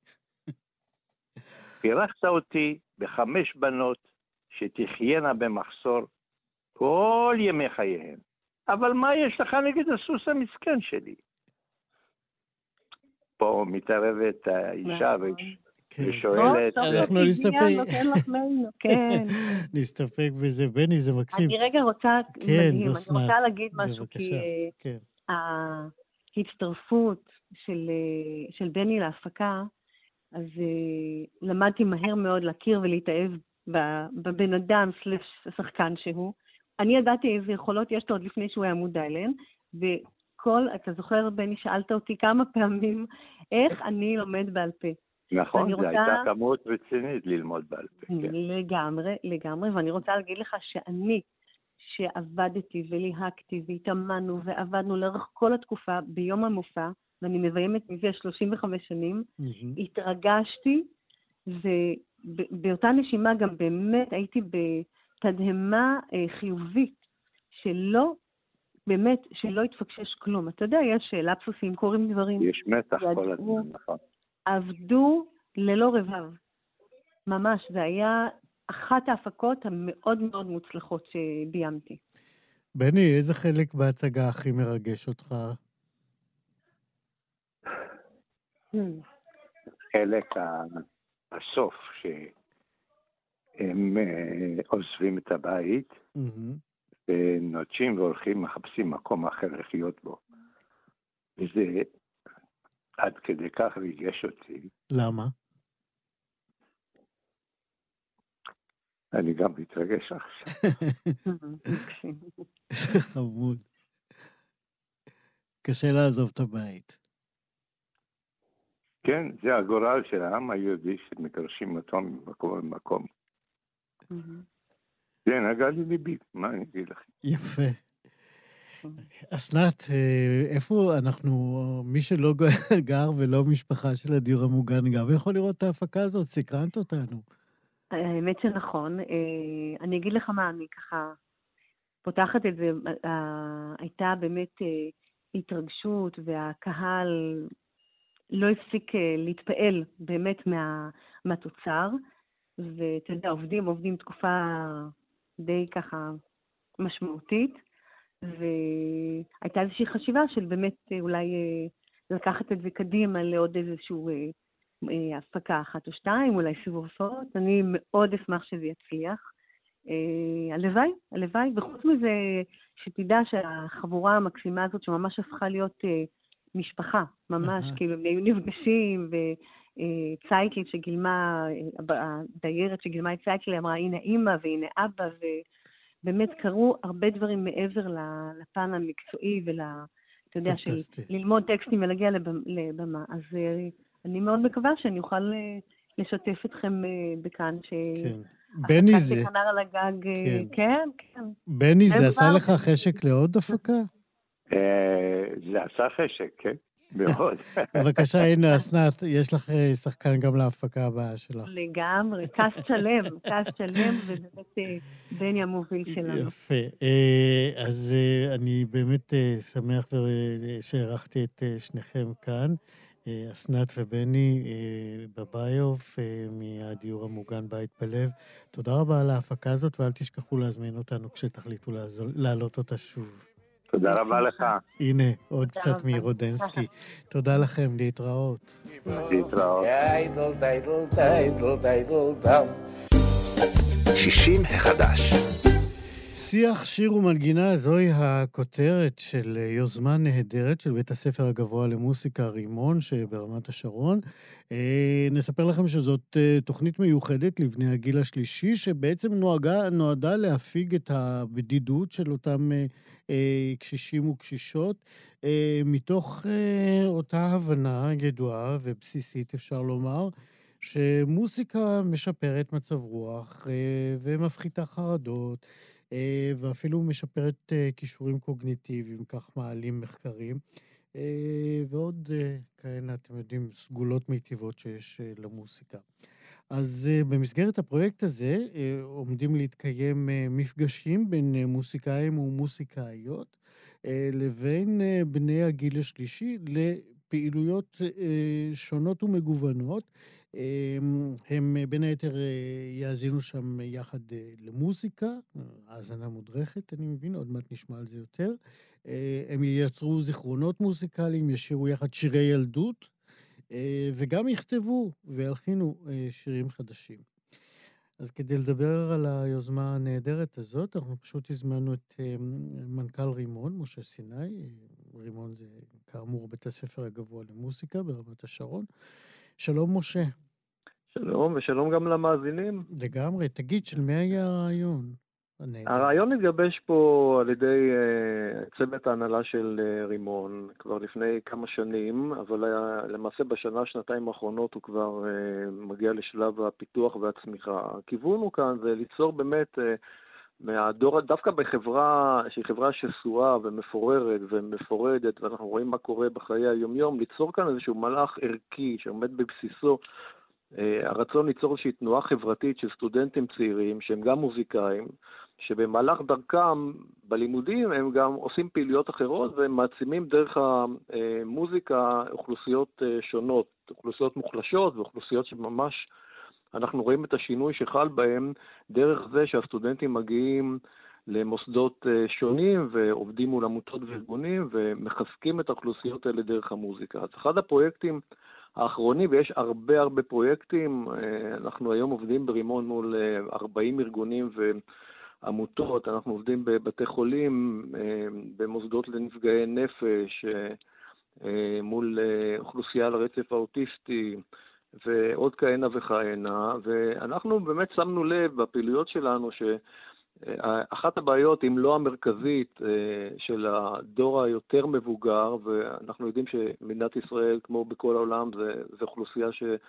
פירחת אותי בחמש בנות שתחיינה במחסור כל ימי חייהן. אבל מה יש לך נגד הסוס המסכן שלי? פה מתערבת האישה ושואלת... אנחנו נסתפק. נסתפק בזה. בני, זה מקסים. אני רגע רוצה, מדהים, אני רוצה להגיד משהו, כי ההצטרפות של בני להפקה, אז למדתי מהר מאוד להכיר ולהתאהב בבן אדם סלש השחקן שהוא. אני ידעתי איזה יכולות יש לו עוד לפני שהוא היה מודע אליהן, וכל, אתה זוכר, בני, שאלת אותי כמה פעמים איך אני לומד בעל פה. נכון, זו הייתה כמות רצינית ללמוד בעל פה. לגמרי, לגמרי, ואני רוצה להגיד לך שאני, שעבדתי וליהקתי והתאמנו ועבדנו לאורך כל התקופה ביום המופע, ואני מביימת מזה שלושים וחמש שנים, התרגשתי, ובאותה נשימה גם באמת הייתי בתדהמה חיובית, שלא, באמת, שלא התפקשש כלום. אתה יודע, יש לפסוסים, קוראים דברים. יש מתח כל הזמן, נכון. עבדו ללא רבב. ממש, זה היה אחת ההפקות המאוד מאוד מוצלחות שביימתי. בני, איזה חלק בהצגה הכי מרגש אותך? חלק הסוף, שהם עוזבים את הבית, ונוטשים והולכים, מחפשים מקום אחר לחיות בו. וזה עד כדי כך ריגש אותי. למה? אני גם מתרגש עכשיו. חמוד. קשה לעזוב את הבית. כן, זה הגורל של העם היהודי שמגרשים אותו ממקום למקום. זה נגע לי ליבי, מה אני אגיד לכם? יפה. אסנת, איפה אנחנו, מי שלא גר ולא משפחה של הדיור המוגן, גם יכול לראות את ההפקה הזאת? סקרנת אותנו. האמת שנכון. אני אגיד לך מה, אני ככה פותחת את זה, הייתה באמת התרגשות, והקהל לא הפסיק להתפעל באמת מה, מהתוצר, ואתה יודע, עובדים, עובדים תקופה די ככה משמעותית, והייתה איזושהי חשיבה של באמת אולי לקחת את זה קדימה לעוד איזשהו הפקה אחת או שתיים, אולי סיבוב הופעות. אני מאוד אשמח שזה יצליח. הלוואי, הלוואי, וחוץ מזה שתדע שהחבורה המקסימה הזאת שממש הפכה להיות משפחה, ממש, כאילו הם היו נפגשים, וצייטל שגילמה, הדיירת שגילמה את צייטל אמרה, הנה אימא והנה אבא, ובאמת קרו הרבה דברים מעבר לפן המקצועי ול... אתה יודע, של ללמוד טקסטים ולהגיע לבמה. אז אני מאוד מקווה שאני אוכל לשתף אתכם בכאן, ש... בני זה... הפקה כנר על הגג, כן, כן. בני, זה עשה לך חשק לעוד הפקה? זה עשה חשק, כן, מאוד. בבקשה, הנה, אסנת, יש לך שחקן גם להפקה הבאה שלך. לגמרי, קאסט שלם, קאסט שלם, וזה באמת בני המוביל שלנו. יפה. אז אני באמת שמח שערכתי את שניכם כאן. אסנת ובני בביוף מהדיור המוגן בית בלב. תודה רבה על ההפקה הזאת, ואל תשכחו להזמין אותנו כשתחליטו להעלות אותה שוב. תודה רבה לך. הנה, עוד קצת מרודנסקי. תודה לכם, להתראות. להתראות. שישים החדש. שיח, שיר ומנגינה, זוהי הכותרת של יוזמה נהדרת של בית הספר הגבוה למוסיקה רימון שברמת השרון. נספר לכם שזאת תוכנית מיוחדת לבני הגיל השלישי, שבעצם נועדה, נועדה להפיג את הבדידות של אותם קשישים וקשישות, מתוך אותה הבנה ידועה ובסיסית, אפשר לומר, שמוסיקה משפרת מצב רוח ומפחיתה חרדות, ואפילו משפרת כישורים קוגניטיביים, כך מעלים מחקרים, ועוד כאלה, אתם יודעים, סגולות מיטיבות שיש למוסיקה. אז במסגרת הפרויקט הזה עומדים להתקיים מפגשים בין מוסיקאים ומוסיקאיות לבין בני הגיל השלישי לפעילויות שונות ומגוונות. הם בין היתר יאזינו שם יחד למוזיקה, האזנה מודרכת, אני מבין, עוד מעט נשמע על זה יותר. הם ייצרו זיכרונות מוזיקליים, ישירו יחד שירי ילדות, וגם יכתבו וילחינו שירים חדשים. אז כדי לדבר על היוזמה הנהדרת הזאת, אנחנו פשוט הזמנו את מנכ"ל רימון, משה סיני. רימון זה כאמור בית הספר הגבוה למוסיקה ברמת השרון. שלום משה. שלום, ושלום גם למאזינים. לגמרי, תגיד, של מי היה הרעיון? הרעיון התגבש פה על ידי uh, צוות ההנהלה של uh, רימון כבר לפני כמה שנים, אבל היה, למעשה בשנה, שנתיים האחרונות הוא כבר uh, מגיע לשלב הפיתוח והצמיחה. הכיוון הוא כאן זה ליצור באמת uh, מהדור, דווקא בחברה שהיא חברה שסועה ומפוררת ומפורדת, ואנחנו רואים מה קורה בחיי היומיום, ליצור כאן איזשהו מלאך ערכי שעומד בבסיסו הרצון ליצור איזושהי תנועה חברתית של סטודנטים צעירים שהם גם מוזיקאים, שבמהלך דרכם בלימודים הם גם עושים פעילויות אחרות והם מעצימים דרך המוזיקה אוכלוסיות שונות, אוכלוסיות מוחלשות ואוכלוסיות שממש אנחנו רואים את השינוי שחל בהם דרך זה שהסטודנטים מגיעים למוסדות שונים ועובדים מול עמותות וארגונים ומחזקים את האוכלוסיות האלה דרך המוזיקה. אז אחד הפרויקטים האחרונים, ויש הרבה הרבה פרויקטים, אנחנו היום עובדים ברימון מול ארבעים ארגונים ועמותות, אנחנו עובדים בבתי חולים, במוסדות לנפגעי נפש, מול אוכלוסייה על הרצף האוטיסטי, ועוד כהנה וכהנה, ואנחנו באמת שמנו לב בפעילויות שלנו שאחת הבעיות, אם לא המרכזית, של הדור היותר מבוגר, ואנחנו יודעים שמדינת ישראל, כמו בכל העולם, זו אוכלוסייה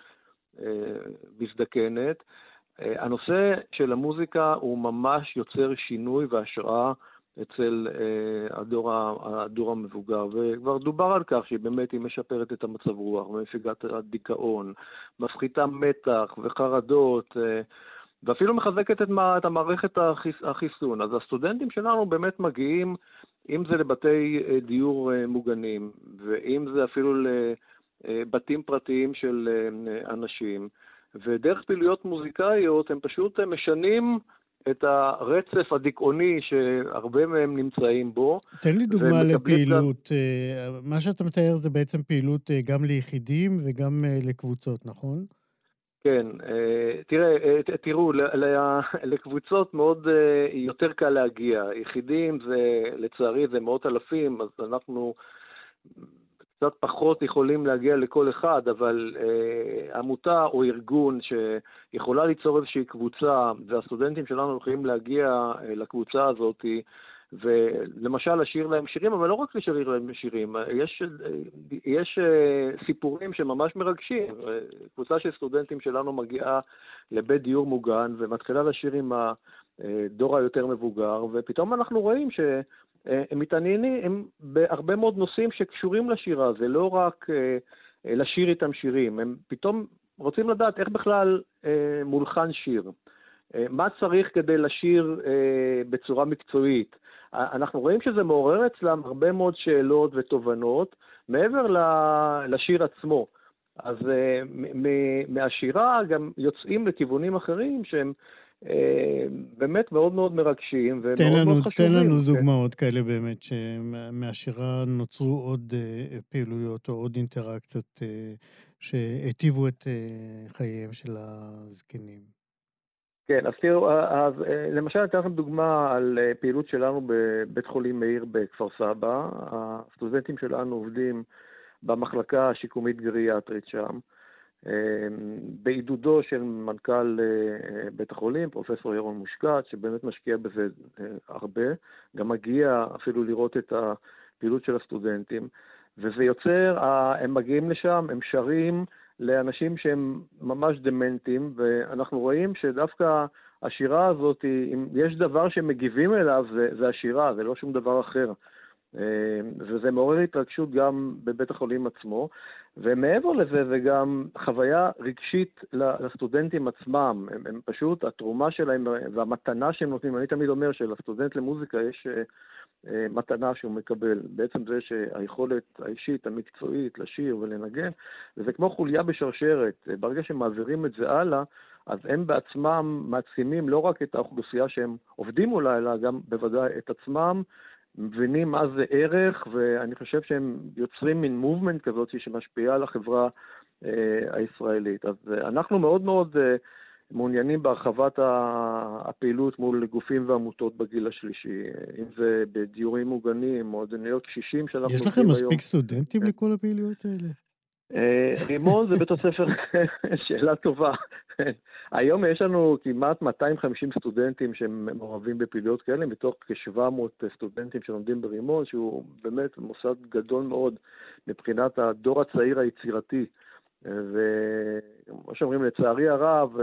שמזדקנת, הנושא של המוזיקה הוא ממש יוצר שינוי והשראה אצל הדור, הדור המבוגר, וכבר דובר על כך שבאמת היא משפרת את המצב רוח, ומפיגה את הדיכאון, מפחיתה מתח וחרדות, ואפילו מחזקת את, את המערכת החיסון. אז הסטודנטים שלנו באמת מגיעים, אם זה לבתי דיור מוגנים, ואם זה אפילו לבתים פרטיים של אנשים, ודרך פעילויות מוזיקאיות הם פשוט משנים את הרצף הדיכאוני שהרבה מהם נמצאים בו. תן לי דוגמה לפעילות. מה שאתה מתאר זה בעצם פעילות גם ליחידים וגם לקבוצות, נכון? כן, תראה, תראו, לקבוצות מאוד יותר קל להגיע. יחידים זה, לצערי, זה מאות אלפים, אז אנחנו קצת פחות יכולים להגיע לכל אחד, אבל עמותה או ארגון שיכולה ליצור איזושהי קבוצה, והסטודנטים שלנו יכולים להגיע לקבוצה הזאת, ולמשל לשיר להם שירים, אבל לא רק לשיר להם שירים, יש, יש סיפורים שממש מרגשים. קבוצה של סטודנטים שלנו מגיעה לבית דיור מוגן, ומתחילה לשיר עם הדור היותר מבוגר, ופתאום אנחנו רואים שהם מתעניינים בהרבה מאוד נושאים שקשורים לשירה, זה לא רק לשיר איתם שירים, הם פתאום רוצים לדעת איך בכלל מולחן שיר, מה צריך כדי לשיר בצורה מקצועית. אנחנו רואים שזה מעורר אצלם הרבה מאוד שאלות ותובנות, מעבר לשיר עצמו. אז מהשירה גם יוצאים לכיוונים אחרים שהם באמת מאוד מאוד מרגשים ומאוד מאוד חשובים. תן לנו דוגמאות כאלה באמת, שמהשירה נוצרו עוד פעילויות או עוד אינטראקציות שהטיבו את חייהם של הזקנים. כן, אז תראו, אז, למשל אני אתן לכם דוגמה על פעילות שלנו בבית חולים מאיר בכפר סבא. הסטודנטים שלנו עובדים במחלקה השיקומית גריאטרית שם, בעידודו של מנכ"ל בית החולים, פרופסור ירון מושקת, שבאמת משקיע בזה הרבה, גם מגיע אפילו לראות את הפעילות של הסטודנטים, וזה יוצר, הם מגיעים לשם, הם שרים לאנשים שהם ממש דמנטים, ואנחנו רואים שדווקא השירה הזאת, אם יש דבר שמגיבים אליו, זה, זה השירה, זה לא שום דבר אחר. וזה מעורר התרגשות גם בבית החולים עצמו, ומעבר לזה זה גם חוויה רגשית לסטודנטים עצמם. הם, הם פשוט, התרומה שלהם והמתנה שהם נותנים, אני תמיד אומר שלסטודנט למוזיקה יש מתנה שהוא מקבל, בעצם זה שהיכולת האישית, המקצועית, לשיר ולנגן, וזה כמו חוליה בשרשרת. ברגע שמעבירים את זה הלאה, אז הם בעצמם מעצימים לא רק את האוכלוסייה שהם עובדים אולי, אלא גם בוודאי את עצמם, מבינים מה זה ערך, ואני חושב שהם יוצרים מין מובמנט כזאת שמשפיעה על החברה אה, הישראלית. אז אה, אנחנו מאוד מאוד אה, מעוניינים בהרחבת הפעילות מול גופים ועמותות בגיל השלישי, אם זה בדיורים מוגנים, מועדוניות קשישים שאנחנו... יש לכם מספיק היום. סטודנטים לכל הפעילויות האלה? רימון זה בית הספר, שאלה טובה. היום יש לנו כמעט מאתיים וחמישים סטודנטים שהם מעורבים בפעילויות כאלה, מתוך כ-שבע מאות סטודנטים שלומדים ברימון, שהוא באמת מוסד גדול מאוד מבחינת הדור הצעיר היצירתי. וכמו שאומרים, לצערי הרב,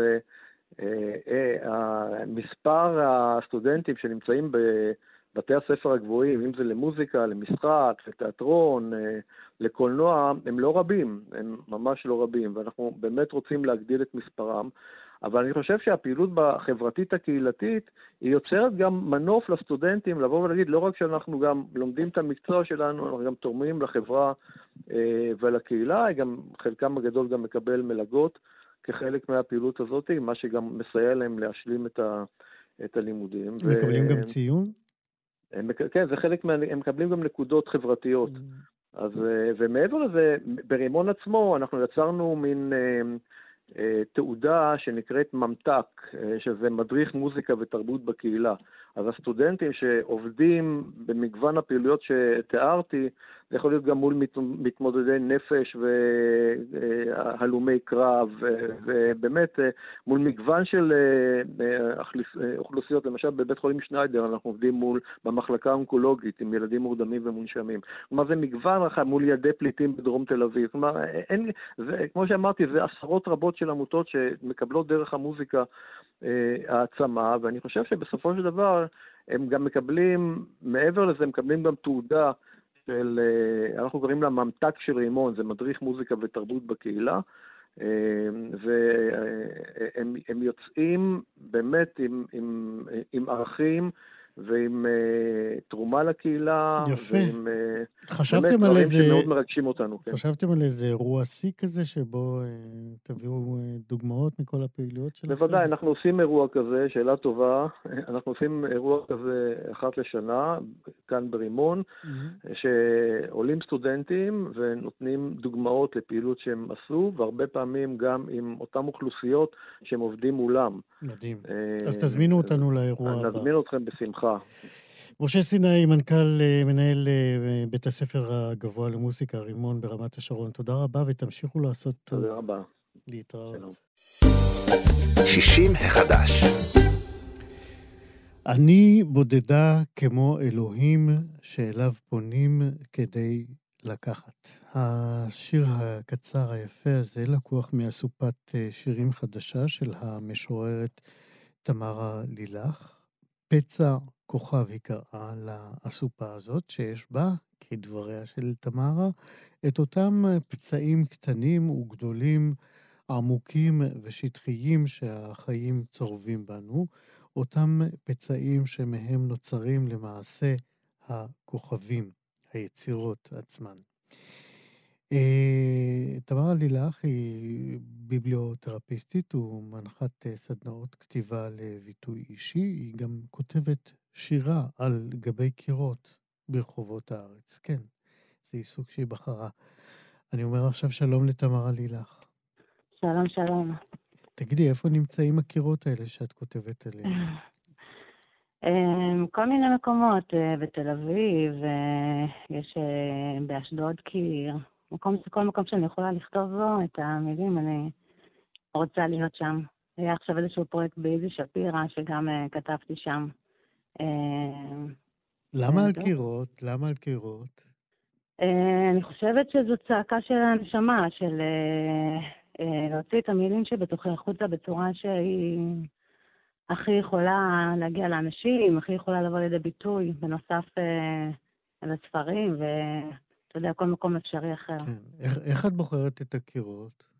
מספר הסטודנטים שנמצאים בבתי הספר הגבוהים, אם זה למוזיקה, למשחק, לתיאטרון, לקולנוע, הם לא רבים, הם ממש לא רבים, ואנחנו באמת רוצים להגדיל את מספרם, אבל אני חושב שהפעילות בחברתית הקהילתית היא יוצרת גם מנוף לסטודנטים לבוא ולהגיד, לא רק שאנחנו גם לומדים את המקצוע שלנו, אנחנו גם תורמים לחברה אה, ולקהילה, גם חלקם הגדול גם מקבל מלגות כחלק מהפעילות הזאת, מה שגם מסייע להם להשלים את, ה, את הלימודים. מקבלים ו... גם ציון? הם, כן, זה חלק מה... הם מקבלים גם נקודות חברתיות. אז, ומעבר לזה, ברימון עצמו אנחנו יצרנו מין אה, אה, תעודה שנקראת ממתק, אה, שזה מדריך מוזיקה ותרבות בקהילה. אז הסטודנטים שעובדים במגוון הפעילויות שתיארתי, זה יכול להיות גם מול מת, מתמודדי נפש והלומי קרב, ובאמת מול מגוון של אוכלוסיות, למשל בבית חולים שניידר אנחנו עובדים מול, במחלקה האונקולוגית עם ילדים מורדמים ומונשמים. כלומר זה מגוון רחב מול ילדי פליטים בדרום תל אביב. כלומר, אין, זה, כמו שאמרתי, זה עשרות רבות של עמותות שמקבלות דרך המוזיקה העצמה, ואני חושב שבסופו של דבר הם גם מקבלים, מעבר לזה, הם מקבלים גם תעודה של, אנחנו קוראים לה ממתק של רימון, זה מדריך מוזיקה ותרבות בקהילה, והם הם יוצאים באמת עם, עם, עם ערכים ועם uh, תרומה לקהילה. יפה. ועם uh, חשבתם באמת על דברים איזה... שמאוד מרגשים אותנו. כן. חשבתם על איזה אירוע שיא כזה, שבו uh, תביאו uh, דוגמאות מכל הפעילויות שלכם? בוודאי, אנחנו עושים אירוע כזה, שאלה טובה, אנחנו עושים אירוע כזה אחת לשנה, כאן ברימון, Mm-hmm. שעולים סטודנטים ונותנים דוגמאות לפעילות שהם עשו, והרבה פעמים גם עם אותם אוכלוסיות שהם עובדים מולם. מדהים. אה, אז תזמינו אותנו לאירוע הבא. נזמין אתכם בשמחה. משה סיני, מנכ"ל, אה, מנהל אה, בית הספר הגבוה למוסיקה, רימון ברמת השרון. תודה רבה ותמשיכו לעשות טוב. תודה רבה. להתראות. שלום. שישים החדש. אני בודדה כמו אלוהים שאליו פונים כדי לקחת. השיר הקצר היפה הזה לקוח מאסופת שירים חדשה של המשוררת תמרה לילך. פצע כוכב היא קראה לאסופה הזאת, שיש בה, כדבריה של תמרה, את אותם פצעים קטנים וגדולים, עמוקים ושטחיים שהחיים צורבים בנו, אותם פצעים שמהם נוצרים למעשה הכוכבים, היצירות עצמן. תמרה לילך היא ביבליותרפיסטית ומנחת סדנאות כתיבה לביטוי אישי. היא גם כותבת שירה על גבי קירות ברחובות הארץ. כן, זה עיסוק שהיא בחרה. אני אומר עכשיו שלום לתמרה לילך. שלום, שלום. תגידי, איפה נמצאים הקירות האלה שאת כותבת עליהם? כל מיני מקומות, בתל אביב, יש באשדוד קיר, מקום, כל מקום שאני יכולה לכתוב בו את המילים, אני רוצה להיות שם. היה עכשיו איזשהו פרויקט באיזי שפירא, שגם כתבתי שם. למה על קירות? למה על קירות? אני חושבת שזו צעקה של הנשמה, של להוציא את המילים שבתוכי החוצה בצורה שהיא הכי יכולה להגיע לאנשים, הכי יכולה לבוא לידי ביטוי, בנוסף לספרים, ואתה יודע, כל מקום אפשרי אחר. כן. איך, איך את בוחרת את הקירות?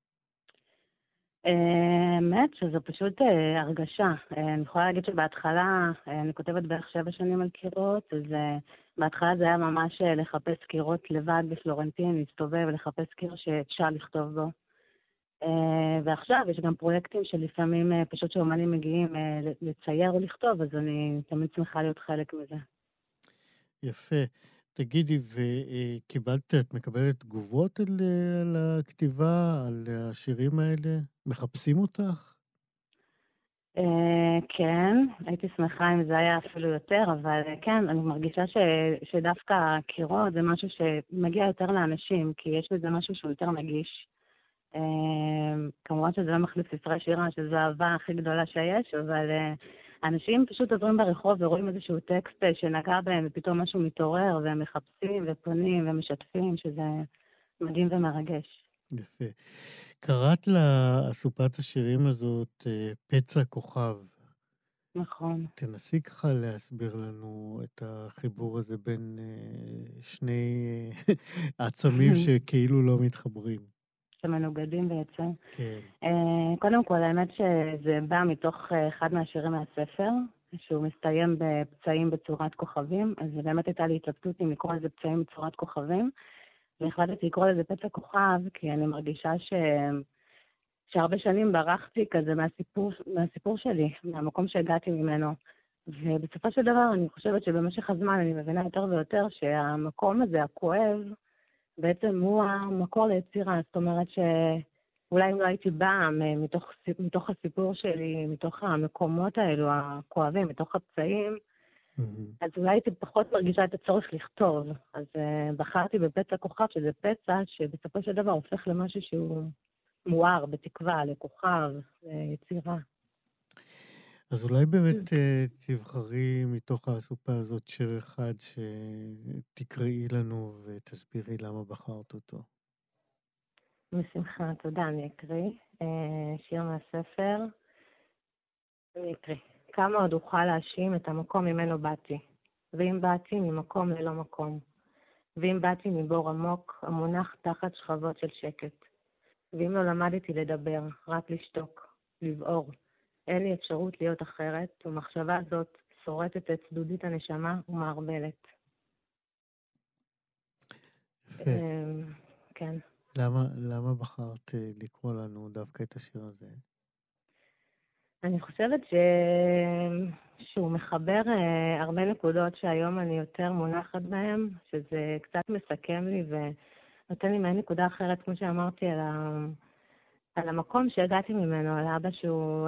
האמת שזו פשוט הרגשה. אני יכולה להגיד שבהתחלה, אני כותבת בערך שבע שנים על קירות, אז בהתחלה זה היה ממש לחפש קירות לבד בפלורנטין, להסתובב ולחפש קיר שאפשר לכתוב בו. ועכשיו יש גם פרויקטים שלפעמים פשוט שאומנים מגיעים לצייר או לכתוב, אז אני תמיד שמחה להיות חלק מזה. יפה. תגידי, וקיבלת, את מקבלת תגובות על, על הכתיבה, על השירים האלה? מחפשים אותך? כן, הייתי שמחה אם זה היה אפילו יותר, אבל כן, אני מרגישה ש, שדווקא הקירות זה משהו שמגיע יותר לאנשים, כי יש בזה משהו שהוא יותר נגיש. כמובן שזה לא מחליף ספרי שירה, שזו האהבה הכי גדולה שיש, אבל אנשים פשוט עוברים ברחוב ורואים איזשהו טקסט שנגע בהם, ופתאום משהו מתעורר, והם מחפשים ופונים ומשתפים, שזה מדהים ומרגש. יפה. קראת לאסופת השירים הזאת פצע כוכב. נכון. תנסי ככה להסביר לנו את החיבור הזה בין שני עצמים שכאילו לא מתחברים. שמנוגדים בעצם. כן. קודם כל, האמת שזה בא מתוך אחד מהשירים מהספר, שהוא מסתיים בפצעים בצורת כוכבים, אז באמת הייתה לי התלבטות אם לקרוא לזה פצעים בצורת כוכבים, והחלטתי לקרוא לזה פצע כוכב, כי אני מרגישה ש... שהרבה שנים ברחתי כזה מהסיפור, מהסיפור שלי, מהמקום שהגעתי ממנו. ובסופו של דבר אני חושבת שבמשך הזמן אני מבינה יותר ויותר שהמקום הזה, הכואב, בעצם הוא המקור ליצירה. זאת אומרת שאולי אם לא הייתי באה מתוך, מתוך הסיפור שלי, מתוך המקומות האלו הכואבים, מתוך הפצעים, mm-hmm. אז אולי הייתי פחות מרגישה את הצורך לכתוב. אז uh, בחרתי בפצע כוכב, שזה פצע שבסופו של דבר הופך למשהו שהוא מואר, בתקווה, לכוכב, ליצירה. אז אולי באמת תבחרי מתוך האסופה הזאת שיר אחד שתקראי לנו ותסבירי למה בחרת אותו. בשמחה, תודה, אני אקריא. שיר מהספר. אני אקריא. כמה עוד אוכל להאשים את המקום ממנו באתי, ואם באתי ממקום ללא מקום, ואם באתי מבור עמוק המונח תחת שכבות של שקט, ואם לא למדתי לדבר, רק לשתוק, לבעור, אין לי אפשרות להיות אחרת, ומחשבה זאת שורטת את צדודית הנשמה ומערבלת. יפה. כן. למה, למה בחרת לקרוא לנו דווקא את השיר הזה? אני חושבת ש... שהוא מחבר הרבה נקודות שהיום אני יותר מונחת בהן, שזה קצת מסכם לי ונותן לי מעין נקודה אחרת, כמו שאמרתי, על, ה... על המקום שהגעתי ממנו, על אבא שהוא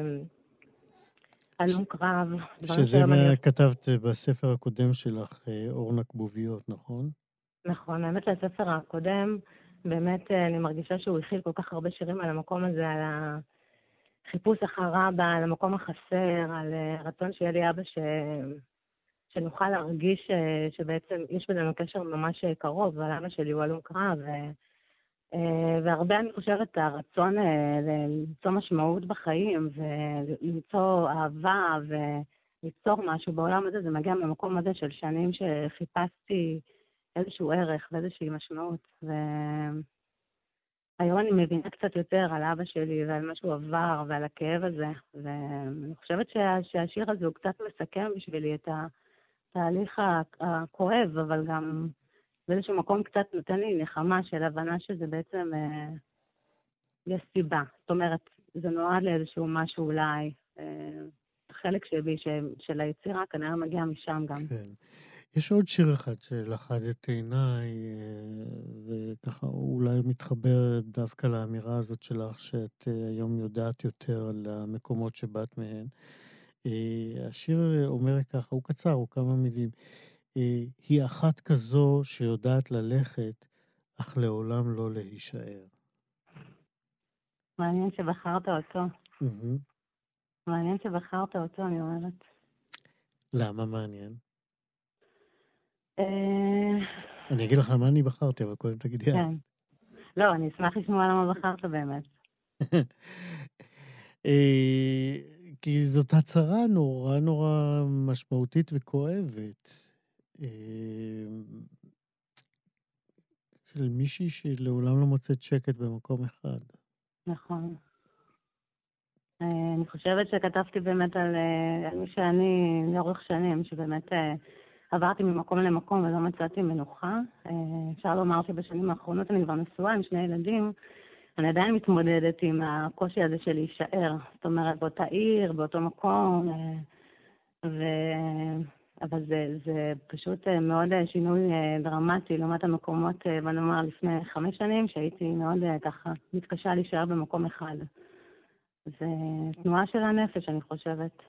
הלום קרב. שזה מה אני... כתבת בספר הקודם שלך, אורנה כבוביות, נכון? נכון, האמת שהספר הקודם, באמת אני מרגישה שהוא הכיל כל כך הרבה שירים על המקום הזה, על החיפוש אחר אבא, על המקום החסר, על רצון שיהיה לי אבא ש... שנוכל להרגיש ש... שבעצם יש בינינו קשר ממש קרוב, אבל אבא שלי הוא הלום קרב, ו... והרבה אני חושבת הרצון למצוא משמעות בחיים, ולמצוא אהבה וליצור משהו בעולם הזה, זה מגיע מהמקום הזה של שנים שחיפשתי איזשהו ערך ואיזושהי משמעות, והיום אני מבינה קצת יותר על אבא שלי ועל מה שהוא עבר ועל הכאב הזה, ואני חושבת שה, שהשיר הזה הוא קצת מסכם בשבילי את התהליך הכואב, אבל גם באיזשהו מקום קצת נותן לי נחמה של הבנה שזה בעצם אה, יש סיבה. זאת אומרת, זה נועד לאיזשהו משהו אולי, אה, חלק שבי ש, של היצירה כנראה מגיע משם גם. כן. יש עוד שיר אחד שלחד את עיניי, וככה אולי מתחבר דווקא לאמירה הזאת שלך, שאת היום יודעת יותר על המקומות שבאת מהן. השיר אומר ככה, הוא קצר, הוא כמה מילים. היא אחת כזו שיודעת ללכת, אך לעולם לא להישאר. מעניין שבחרת אותו. Mm-hmm. מעניין שבחרת אותו, אני אומרת. למה מעניין? אני אגיד לך מה אני בחרתי, אבל קודם תגידי. כן. לא, אני אשמח לשמוע למה בחרת באמת. כי זאת הצהרה נורא נורא משמעותית וכואבת. של מישהי שלעולם לא מוצאת שקט במקום אחד. נכון. אני חושבת שכתבתי באמת על מי שאני לאורך שנים, שבאמת עברתי ממקום למקום ולא מצאתי מנוחה. אפשר לומר שבשנים האחרונות אני כבר נשואה עם שני ילדים, אני עדיין מתמודדת עם הקושי הזה של להישאר. זאת אומרת, באותה עיר, באותו מקום, ו... אבל זה, זה פשוט מאוד שינוי דרמטי לעומת המקומות, בוא נאמר, לפני חמש שנים, שהייתי מאוד ככה מתקשה להישאר במקום אחד. זה תנועה של הנפש, אני חושבת.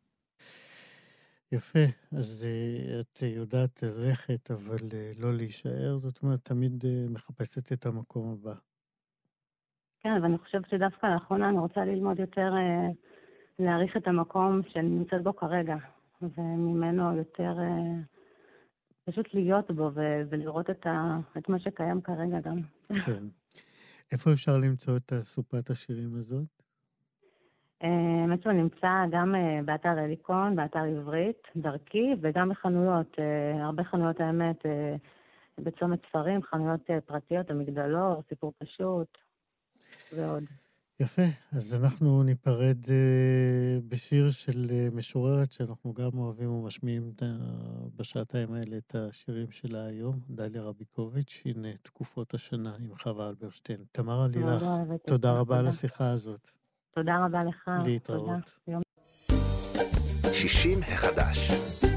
יפה, אז את יודעת ללכת, אבל לא להישאר, זאת אומרת, תמיד מחפשת את המקום הבא. כן, אבל אני חושבת שדווקא לאחרונה אני רוצה ללמוד יותר להעריך את המקום שאני נמצאת בו כרגע, וממנו יותר פשוט להיות בו ולראות את, ה, את מה שקיים כרגע גם. כן. איפה אפשר למצוא את סופת השירים הזאת? האמת שהוא נמצא גם באתר אליקון, באתר עברית, דרכי, וגם בחנויות, הרבה חנויות האמת, בצומת ספרים, חנויות פרטיות, המגדלור, סיפור פשוט, ועוד. יפה, אז אנחנו ניפרד בשיר של משוררת שאנחנו גם אוהבים ומשמיעים בשעתיים האלה את השירים שלה היום, דליה רביקוביץ', הנה תקופות השנה עם חווה אלברשטיין. תמרה לילך, תודה רבה על השיחה הזאת. תודה רבה לך. להתראות. שישים החדש.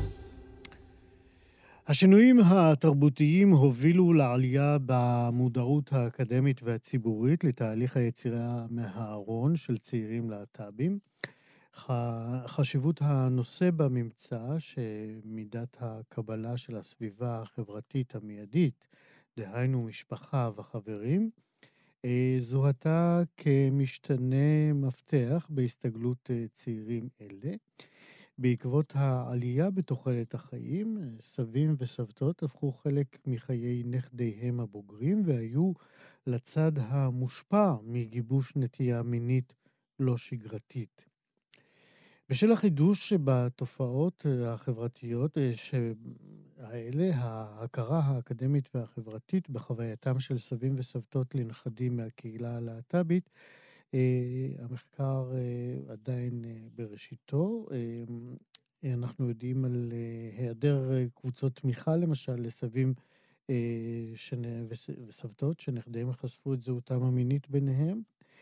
השינויים התרבותיים הובילו לעלייה במודעות האקדמית והציבורית לתהליך היצירה מהארון של צעירים להט"בים. חשיבות הנושא בממצא שמידת הקבלה של הסביבה החברתית המיידית, דהיינו משפחה וחברים, זוהתה כמשתנה מפתח בהסתגלות צעירים אלה. בעקבות העלייה בתוחלת החיים, סבים וסבתות הפכו חלק מחיי נכדיהם הבוגרים והיו לצד המושפע מגיבוש נטייה מינית לא שגרתית. בשל החידוש בתופעות החברתיות האלה, ההכרה האקדמית והחברתית בחווייתם של סבים וסבתות לנכדים מהקהילה הלהט"בית, המחקר עדיין בראשיתו, אנחנו יודעים על היעדר קבוצות תמיכה, למשל, לסבים וסבתות, שנכדיהם חשפו את זהותם המינית ביניהם,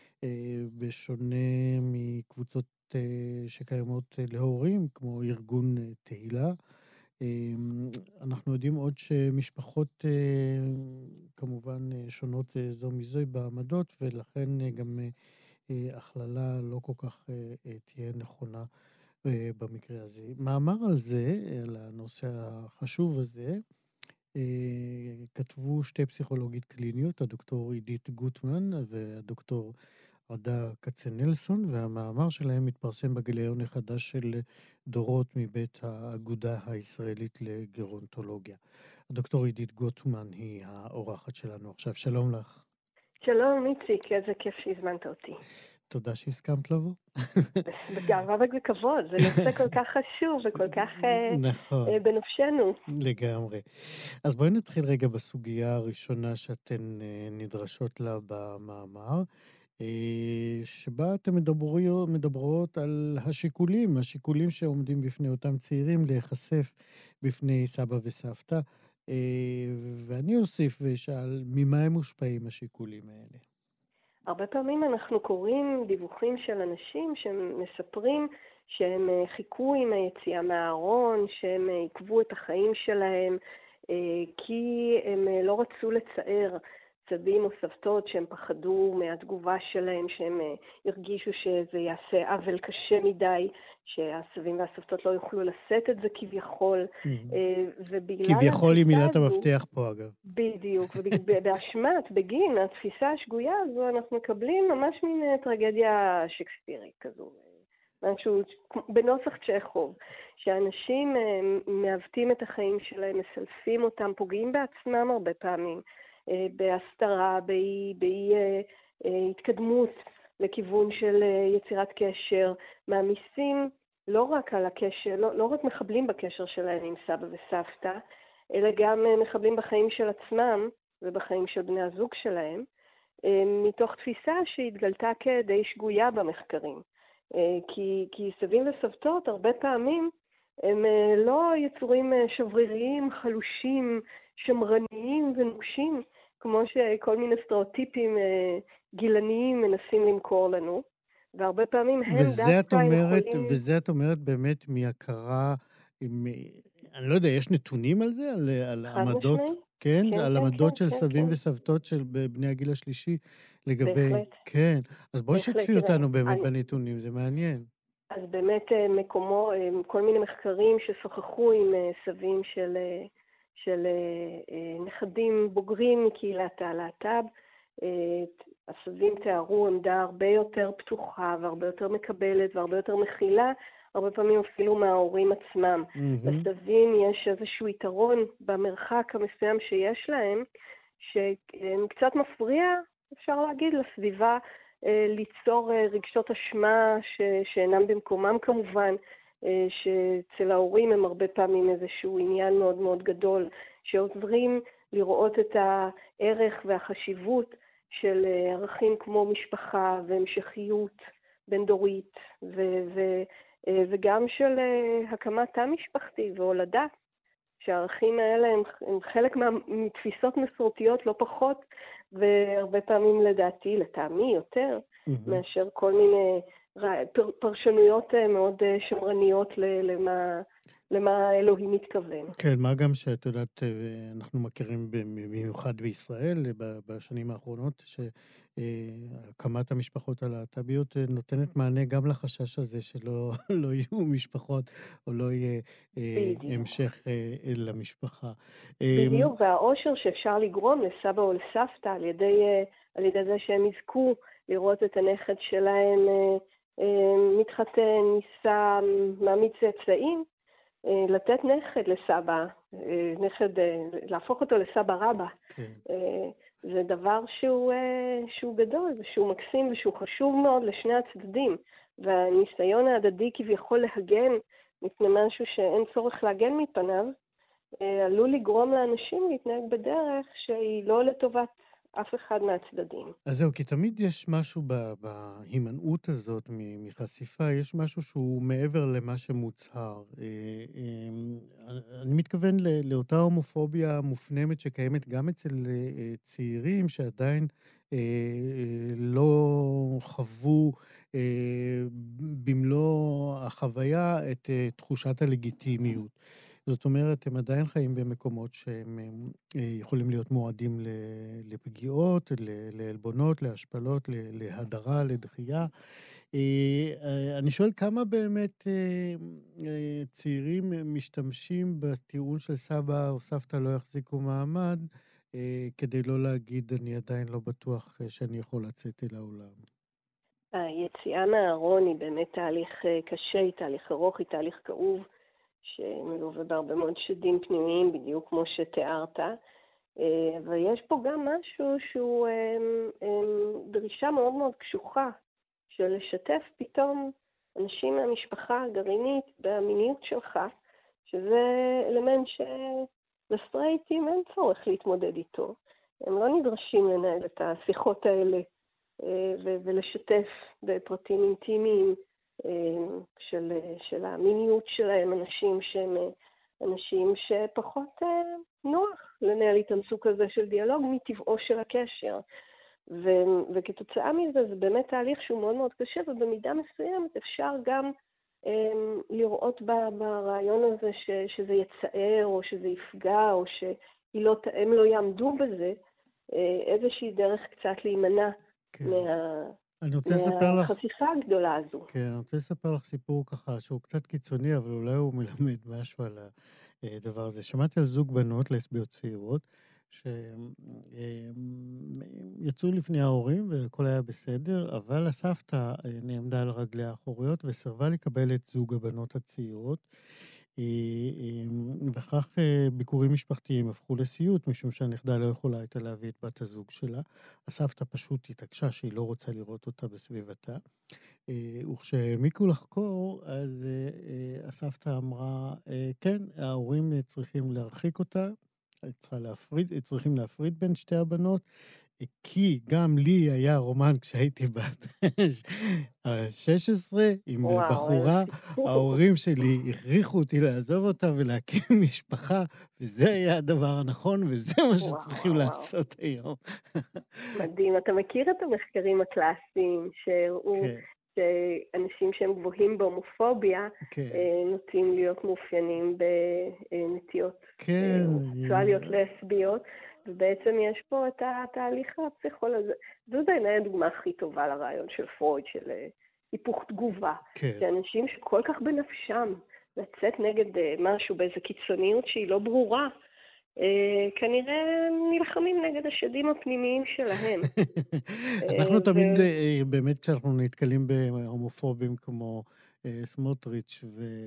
בשונה מקבוצות שקיימות להורים, כמו ארגון תהילה. אנחנו יודעים עוד שמשפחות כמובן שונות זו מזו בעמדות, ולכן גם הכללה לא כל כך תהיה נכונה במקרה הזה. מאמר על זה, על הנושא החשוב הזה, כתבו שתי פסיכולוגית קליניות, הדוקטור עידית גוטמן והדוקטור עדה קצנלסון, והמאמר שלהם מתפרסם בגיליון החדש של דורות מבית האגודה הישראלית לגרונטולוגיה. הדוקטור עידית גוטמן היא האורחת שלנו עכשיו. שלום לך. שלום איציק, איזה כיף שהזמנת אותי. תודה שהסכמת לבוא. בגאווה ובכבוד, זה נושא כל כך חשוב וכל כך נכון. בנפשנו. לגמרי. אז בואי נתחיל רגע בסוגיה הראשונה שאתן נדרשות לה במאמר, שבה אתן מדברות, מדברות על השיקולים, השיקולים שעומדים בפני אותם צעירים להיחשף בפני סבא וסבתא, ואני אוסיף ושאל, ממה הם מושפעים השיקולים האלה? הרבה פעמים אנחנו קוראים דיווחים של אנשים שמספרים שהם חיכו עם היציאה מהארון, שהם עיכבו את החיים שלהם, כי הם לא רצו לצער סבים או סבתות שהם פחדו מהתגובה שלהם, שהם הרגישו שזה יעשה עוול קשה מדי, שהסבים והסבתות לא יוכלו לשאת את זה כביכול. כביכול היא מילת המפתח פה אגב. בדיוק, ובאשמת, בגין התפיסה השגויה הזו אנחנו מקבלים ממש מין טרגדיה שקספירית כזו. משהו בנוסח צ'כוב, שאנשים מעוותים את החיים שלהם, מסלפים אותם, פוגעים בעצמם הרבה פעמים. בהסתרה, באי, באי התקדמות לכיוון של יצירת קשר, מעמיסים לא רק על הקשר, לא, לא רק מחבלים בקשר שלהם עם סבא וסבתא, אלא גם מחבלים בחיים של עצמם ובחיים של בני הזוג שלהם, מתוך תפיסה שהתגלתה כדי שגויה במחקרים. כי, כי סבים וסבתות הרבה פעמים הם לא יצורים שבריריים, חלושים, שמרניים ונוקשים, כמו שכל מיני סטריאוטיפים גילניים מנסים למכור לנו, והרבה פעמים הם דווקא יכולים... וזה את אומרת באמת מהכרה, עם, אני לא יודע, יש נתונים על זה? על, על עמדות, כן? כן, על עמדות כן, של כן, סבים כן. וסבתות של בני הגיל השלישי, לגבי... בהחלט. כן, אז בואי שתפי אותנו באמת אני... בנתונים, זה מעניין. אז באמת מקומו, כל מיני מחקרים ששוחחו עם סבים של... של נכדים בוגרים מקהילת הלהט"ב, הסבים תיארו עמדה הרבה יותר פתוחה והרבה יותר מקבלת והרבה יותר מכילה, הרבה פעמים אפילו מההורים עצמם. Mm-hmm. לסבים יש איזשהו יתרון במרחק המסוים שיש להם, שקצת מפריע, אפשר להגיד, לסביבה ליצור רגשות אשמה ש- שאינם במקומם כמובן, שאצל ההורים הם הרבה פעמים איזשהו עניין מאוד מאוד גדול, שעוזרים לראות את הערך והחשיבות של ערכים כמו משפחה והמשכיות בין דורית, ו- ו- וגם של הקמת תא משפחתי והולדה, שהערכים האלה הם, הם חלק מתפיסות מסורתיות לא פחות, והרבה פעמים לדעתי, לטעמי יותר, mm-hmm. מאשר כל מיני פרשנויות מאוד שמרניות למה, למה אלוהים מתכוון. כן, מה גם שאת יודעת, אנחנו מכירים במיוחד בישראל בשנים האחרונות, שהקמת המשפחות הלהט"ביות נותנת מענה גם לחשש הזה שלא לא יהיו משפחות, או לא יהיה בדיוק. המשך למשפחה. בדיוק, והאושר שאפשר לגרום לסבא או לסבתא על ידי, על ידי זה שהם יזכו לראות את הנכד שלהם מתחתן, ניסה, מעמיד צאצאים, לתת נכד לסבא, נכד, להפוך אותו לסבא רבא. כן. זה דבר שהוא, שהוא גדול, ושהוא מקסים, ושהוא חשוב מאוד לשני הצדדים. והניסיון ההדדי כביכול להגן מפני משהו שאין צורך להגן מפניו, עלול לגרום לאנשים להתנהג בדרך שהיא לא לטובת אף אחד מהצדדים. אז זהו, כי תמיד יש משהו בהימנעות הזאת מחשיפה, יש משהו שהוא מעבר למה שמוצהר. אני מתכוון לאותה הומופוביה מופנמת שקיימת גם אצל צעירים שעדיין לא חוו במלוא החוויה את תחושת הלגיטימיות. זאת אומרת, הם עדיין חיים במקומות שהם יכולים להיות מועדים לפגיעות, לעלבונות, להשפלות, להדרה, לדחייה. אני שואל כמה באמת צעירים משתמשים בטיעון של סבא או סבתא לא יחזיקו מעמד, כדי לא להגיד, אני עדיין לא בטוח שאני יכול לצאת אל העולם. היציאה מהארון היא באמת תהליך קשה, היא תהליך ארוך, היא תהליך כאוב, שמלווה בהרבה מאוד שדים פנימיים, בדיוק כמו שתיארת. אבל יש פה גם משהו שהוא דרישה מאוד מאוד קשוחה, של לשתף פתאום אנשים מהמשפחה הגרעינית במיניות שלך, שזה אלמנט שלסטרייטים אין צורך להתמודד איתו. הם לא נדרשים לנהל את השיחות האלה ולשתף בפרטים אינטימיים של, של המיניות שלהם, אנשים שהם אנשים שפחות נוח לנהל איתם סוג כזה של דיאלוג מטבעו של הקשר. ו, וכתוצאה מזה זה באמת תהליך שהוא מאוד מאוד קשה, ובמידה מסוימת אפשר גם um, לראות ברעיון הזה ש, שזה יצער או שזה יפגע או שהם לא יעמדו בזה, איזושהי דרך קצת להימנע כן. מה... אני רוצה לספר לך... מהחשיפה הגדולה הזו. כן, אני רוצה לספר לך סיפור ככה, שהוא קצת קיצוני, אבל אולי הוא מלמד משהו על הדבר הזה. שמעתי על זוג בנות, לסביות צעירות, שיצאו לפני ההורים, והכל היה בסדר, אבל הסבתא נעמדה על רגלי האחוריות, וסירבה לקבל את זוג הבנות הצעירות, וכך ביקורים משפחתיים הפכו לסיוט, משום שהנכדה לא יכולה הייתה להביא את בת הזוג שלה. הסבתא פשוט התעקשה שהיא לא רוצה לראות אותה בסביבתה. וכשהעמיקו לחקור, אז הסבתא אמרה, כן, ההורים צריכים להרחיק אותה, צריכה להפריד, צריכים להפריד בין שתי הבנות, כי גם לי היה רומן כשהייתי בת שש עשרה עם וואו, בחורה, ההורים שלי הכריחו אותי לעזוב אותה ולהקים משפחה, וזה היה הדבר הנכון, וזה מה שצריכים וואו, לעשות וואו. היום. מדהים, אתה מכיר את המחקרים הקלאסיים שהראו כן. שאנשים שהם גבוהים בהומופוביה כן. נוטים להיות מאופיינים בנטיות כן. סקסואליות לסביות, ובעצם יש פה את התהליך הפסיכולוגי. זו בעיניי הדוגמה הכי טובה לרעיון של פרויד, של היפוך תגובה. כן. שאנשים שכל כך בנפשם לצאת נגד משהו באיזו קיצוניות שהיא לא ברורה, כנראה נלחמים נגד השדים הפנימיים שלהם. אנחנו תמיד, באמת כשאנחנו נתקלים בהומופובים כמו סמוטריץ'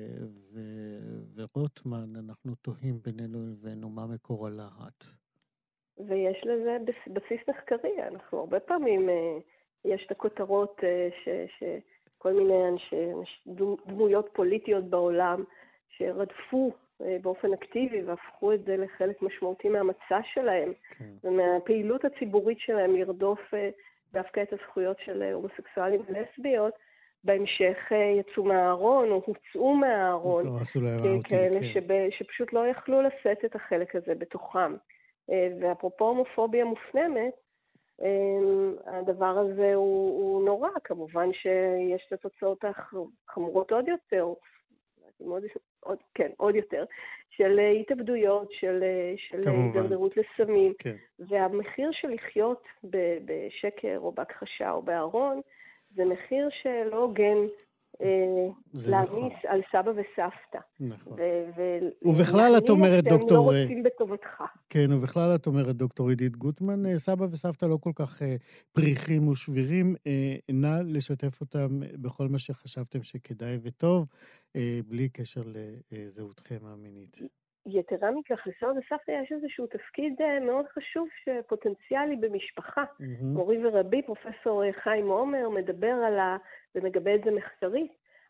ורוטמן, אנחנו תוהים בינינו ובינינו מה מקור הלהט. ויש לזה בסיס מחקרי. אנחנו הרבה פעמים, יש את הכותרות שכל מיני אנשי, דמויות פוליטיות בעולם שרדפו באופן אקטיבי והפכו את זה לחלק משמעותי מהמצע שלהם, כן. ומהפעילות הציבורית שלהם לרדוף דווקא את הזכויות של הומוסקסואלים ולסביות, בהמשך יצאו מהארון או הוצאו מהארון, כאלה כן. שפשוט לא יכלו לשאת את החלק הזה בתוכם. ואפרופו הומופוביה מופנמת, הדבר הזה הוא, הוא נורא, כמובן שיש את התוצאות החמורות עוד יותר, עוד, עוד, כן, עוד יותר, של התאבדויות, של, של דרדרות לסמים, כן. והמחיר של לחיות בשקר או בהכחשה או בארון, זה מחיר שלא הוגן להעמיס נכון. על סבא וסבתא. נכון. ו- ו- ובכלל את אומרת דוקטור... לא רוצים בטובתך. כן, ובכלל את אומרת דוקטור עידית גוטמן, סבא וסבתא לא כל כך פריחים ושבירים, נא לשתף אותם בכל מה שחשבתם שכדאי וטוב, בלי קשר לזהותכם המינית. יתרה מכך, לסבא וסבתא יש איזשהו תפקיד מאוד חשוב שפוטנציאלי במשפחה. Mm-hmm. מורי ורבי, פרופסור חיים עומר, מדבר על ה... ומגבה את זה מחקרית,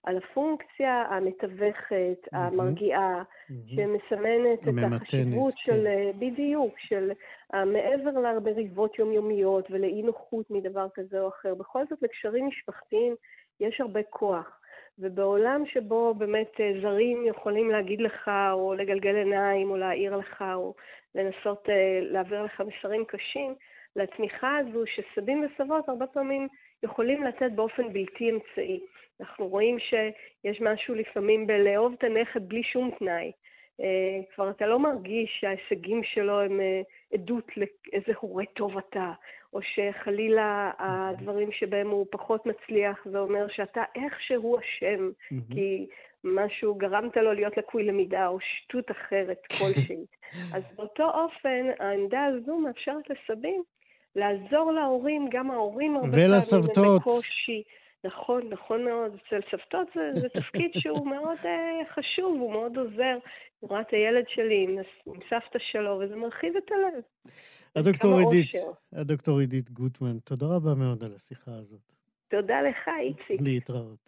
על הפונקציה המתווכת, המרגיעה, שמסמנת את החשיבות של, בדיוק, של מעבר למריבות יומיומיות ולאי נוחות מדבר כזה או אחר. בכל זאת, לקשרים משפחתיים יש הרבה כוח. ובעולם שבו באמת זרים יכולים להגיד לך, או לגלגל עיניים, או להעיר לך, או לנסות להעביר לך מסרים קשים, לתמיכה הזו שסבים וסבות הרבה פעמים יכולים לתת באופן בלתי אמצעי. אנחנו רואים שיש משהו לפעמים בלאהוב את הנכד בלי שום תנאי. כבר אתה לא מרגיש שההישגים שלו הם עדות לאיזה הורה טוב אתה, או שחלילה הדברים שבהם הוא פחות מצליח, זה אומר שאתה איכשהו אשם, כי משהו גרמת לו להיות לקוי למידה, או שטות אחרת כלשהי. אז באותו אופן, העמדה הזו מאפשרת לסבים, לעזור להורים, גם ההורים הרבה פעמים ולסבתות. בקושי. נכון, נכון מאוד. אצל סבתות זה, זה תפקיד שהוא מאוד uh, חשוב, הוא מאוד עוזר. אני רואה את הילד שלי עם, עם סבתא שלו, וזה מרחיב את הלב. הדוקטור עידית, הדוקטור עידית גוטמן, תודה רבה מאוד על השיחה הזאת. תודה לך, איציק. להתראות.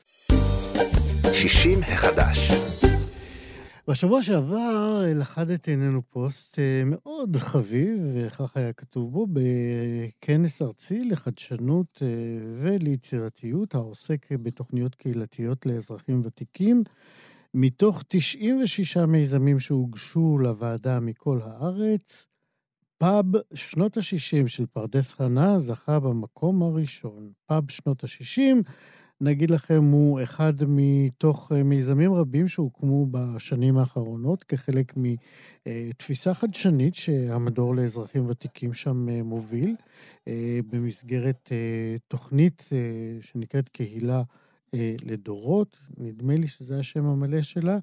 שישים החדש. בשבוע שעבר לחדת עינינו פוסט מאוד חביב, וכך היה כתוב בו, בכנס ארצי לחדשנות וליצירתיות, העוסק בתוכניות קהילתיות לאזרחים ותיקים, מתוך תשעים ושישה מיזמים שהוגשו לוועדה מכל הארץ, פאב שנות ה-שישים של פרדס חנה זכה במקום הראשון. פאב שנות ה-שישים, נגיד לכם, הוא אחד מתוך מיזמים רבים שהוקמו בשנים האחרונות, כחלק מתפיסה חדשנית שהמדור לאזרחים ותיקים שם מוביל, במסגרת תוכנית שנקראת קהילה לדורות, נדמה לי שזה השם המלא שלה.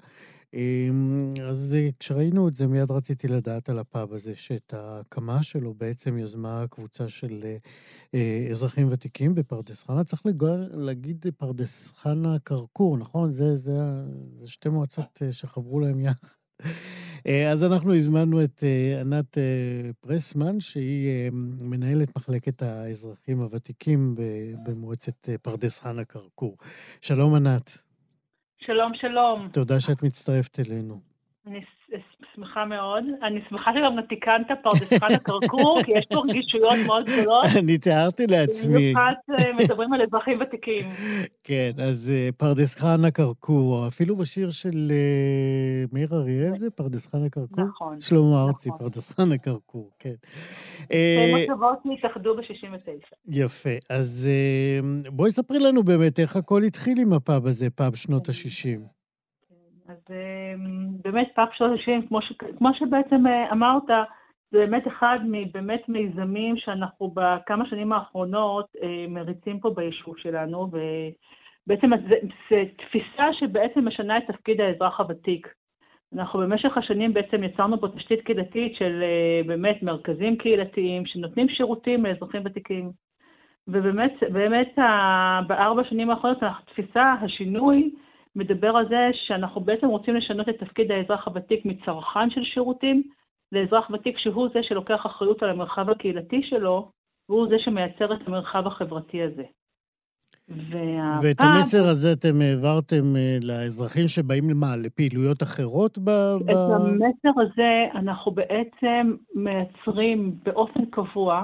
אז כשראינו את זה, מיד רציתי לדעת על הפאב הזה, שאת ההקמה שלו בעצם יזמה קבוצה של אזרחים ותיקים בפרדס חנה. צריך להגיד פרדס חנה קרקור, נכון? זה, זה, זה שתי מועצות שחברו להם יחד. אז אנחנו הזמנו את ענת פרסמן, שהיא מנהלת מחלקת האזרחים הוותיקים במועצת פרדס חנה קרקור. שלום ענת. שלום, שלום. תודה שאת מצטרפת אלינו. אני שמחה מאוד. אני שמחה שגם תיקנת פרדס חנה קרקור, כי יש פה רגישויות מאוד גדולות. אני תיארתי לעצמי. במיוחד מדברים על אזרחים ותיקים. כן, אז פרדס חנה קרקור, אפילו בשיר של מאיר אריאל זה פרדס חנה קרקור? נכון. שלמה ארצי, פרדס חנה קרקור, כן. שתי מושבות התאחדו ב-שישים ותשע. יפה, אז בואי ספרי לנו באמת איך הכל התחיל עם הפאב הזה, פאב שנות ה-שישים. אז באמת פאב שנות ה-שישים, כמו, ש... כמו שבעצם אמרת, זה באמת אחד מבאמת מיזמים שאנחנו בכמה שנים האחרונות מריצים פה ביישוב שלנו, ובעצם זה, זה תפיסה שבעצם משנה את תפקיד האזרח הוותיק. אנחנו במשך השנים בעצם יצרנו פה תשתית קהילתית של באמת מרכזים קהילתיים שנותנים שירותים לאזרחים ותיקים. ובאמת, באמת בארבע שנים האחרונות, התפיסה, השינוי, מדבר על זה שאנחנו בעצם רוצים לשנות את תפקיד האזרח הוותיק מצרכן של שירותים, לאזרח ותיק שהוא זה שלוקח אחריות על המרחב הקהילתי שלו, והוא זה שמייצר את המרחב החברתי הזה. והפעם... ואת המסר הזה אתם העברתם לאזרחים שבאים למה? לפעילויות אחרות? ב... את המסר הזה אנחנו בעצם מייצרים באופן קבוע,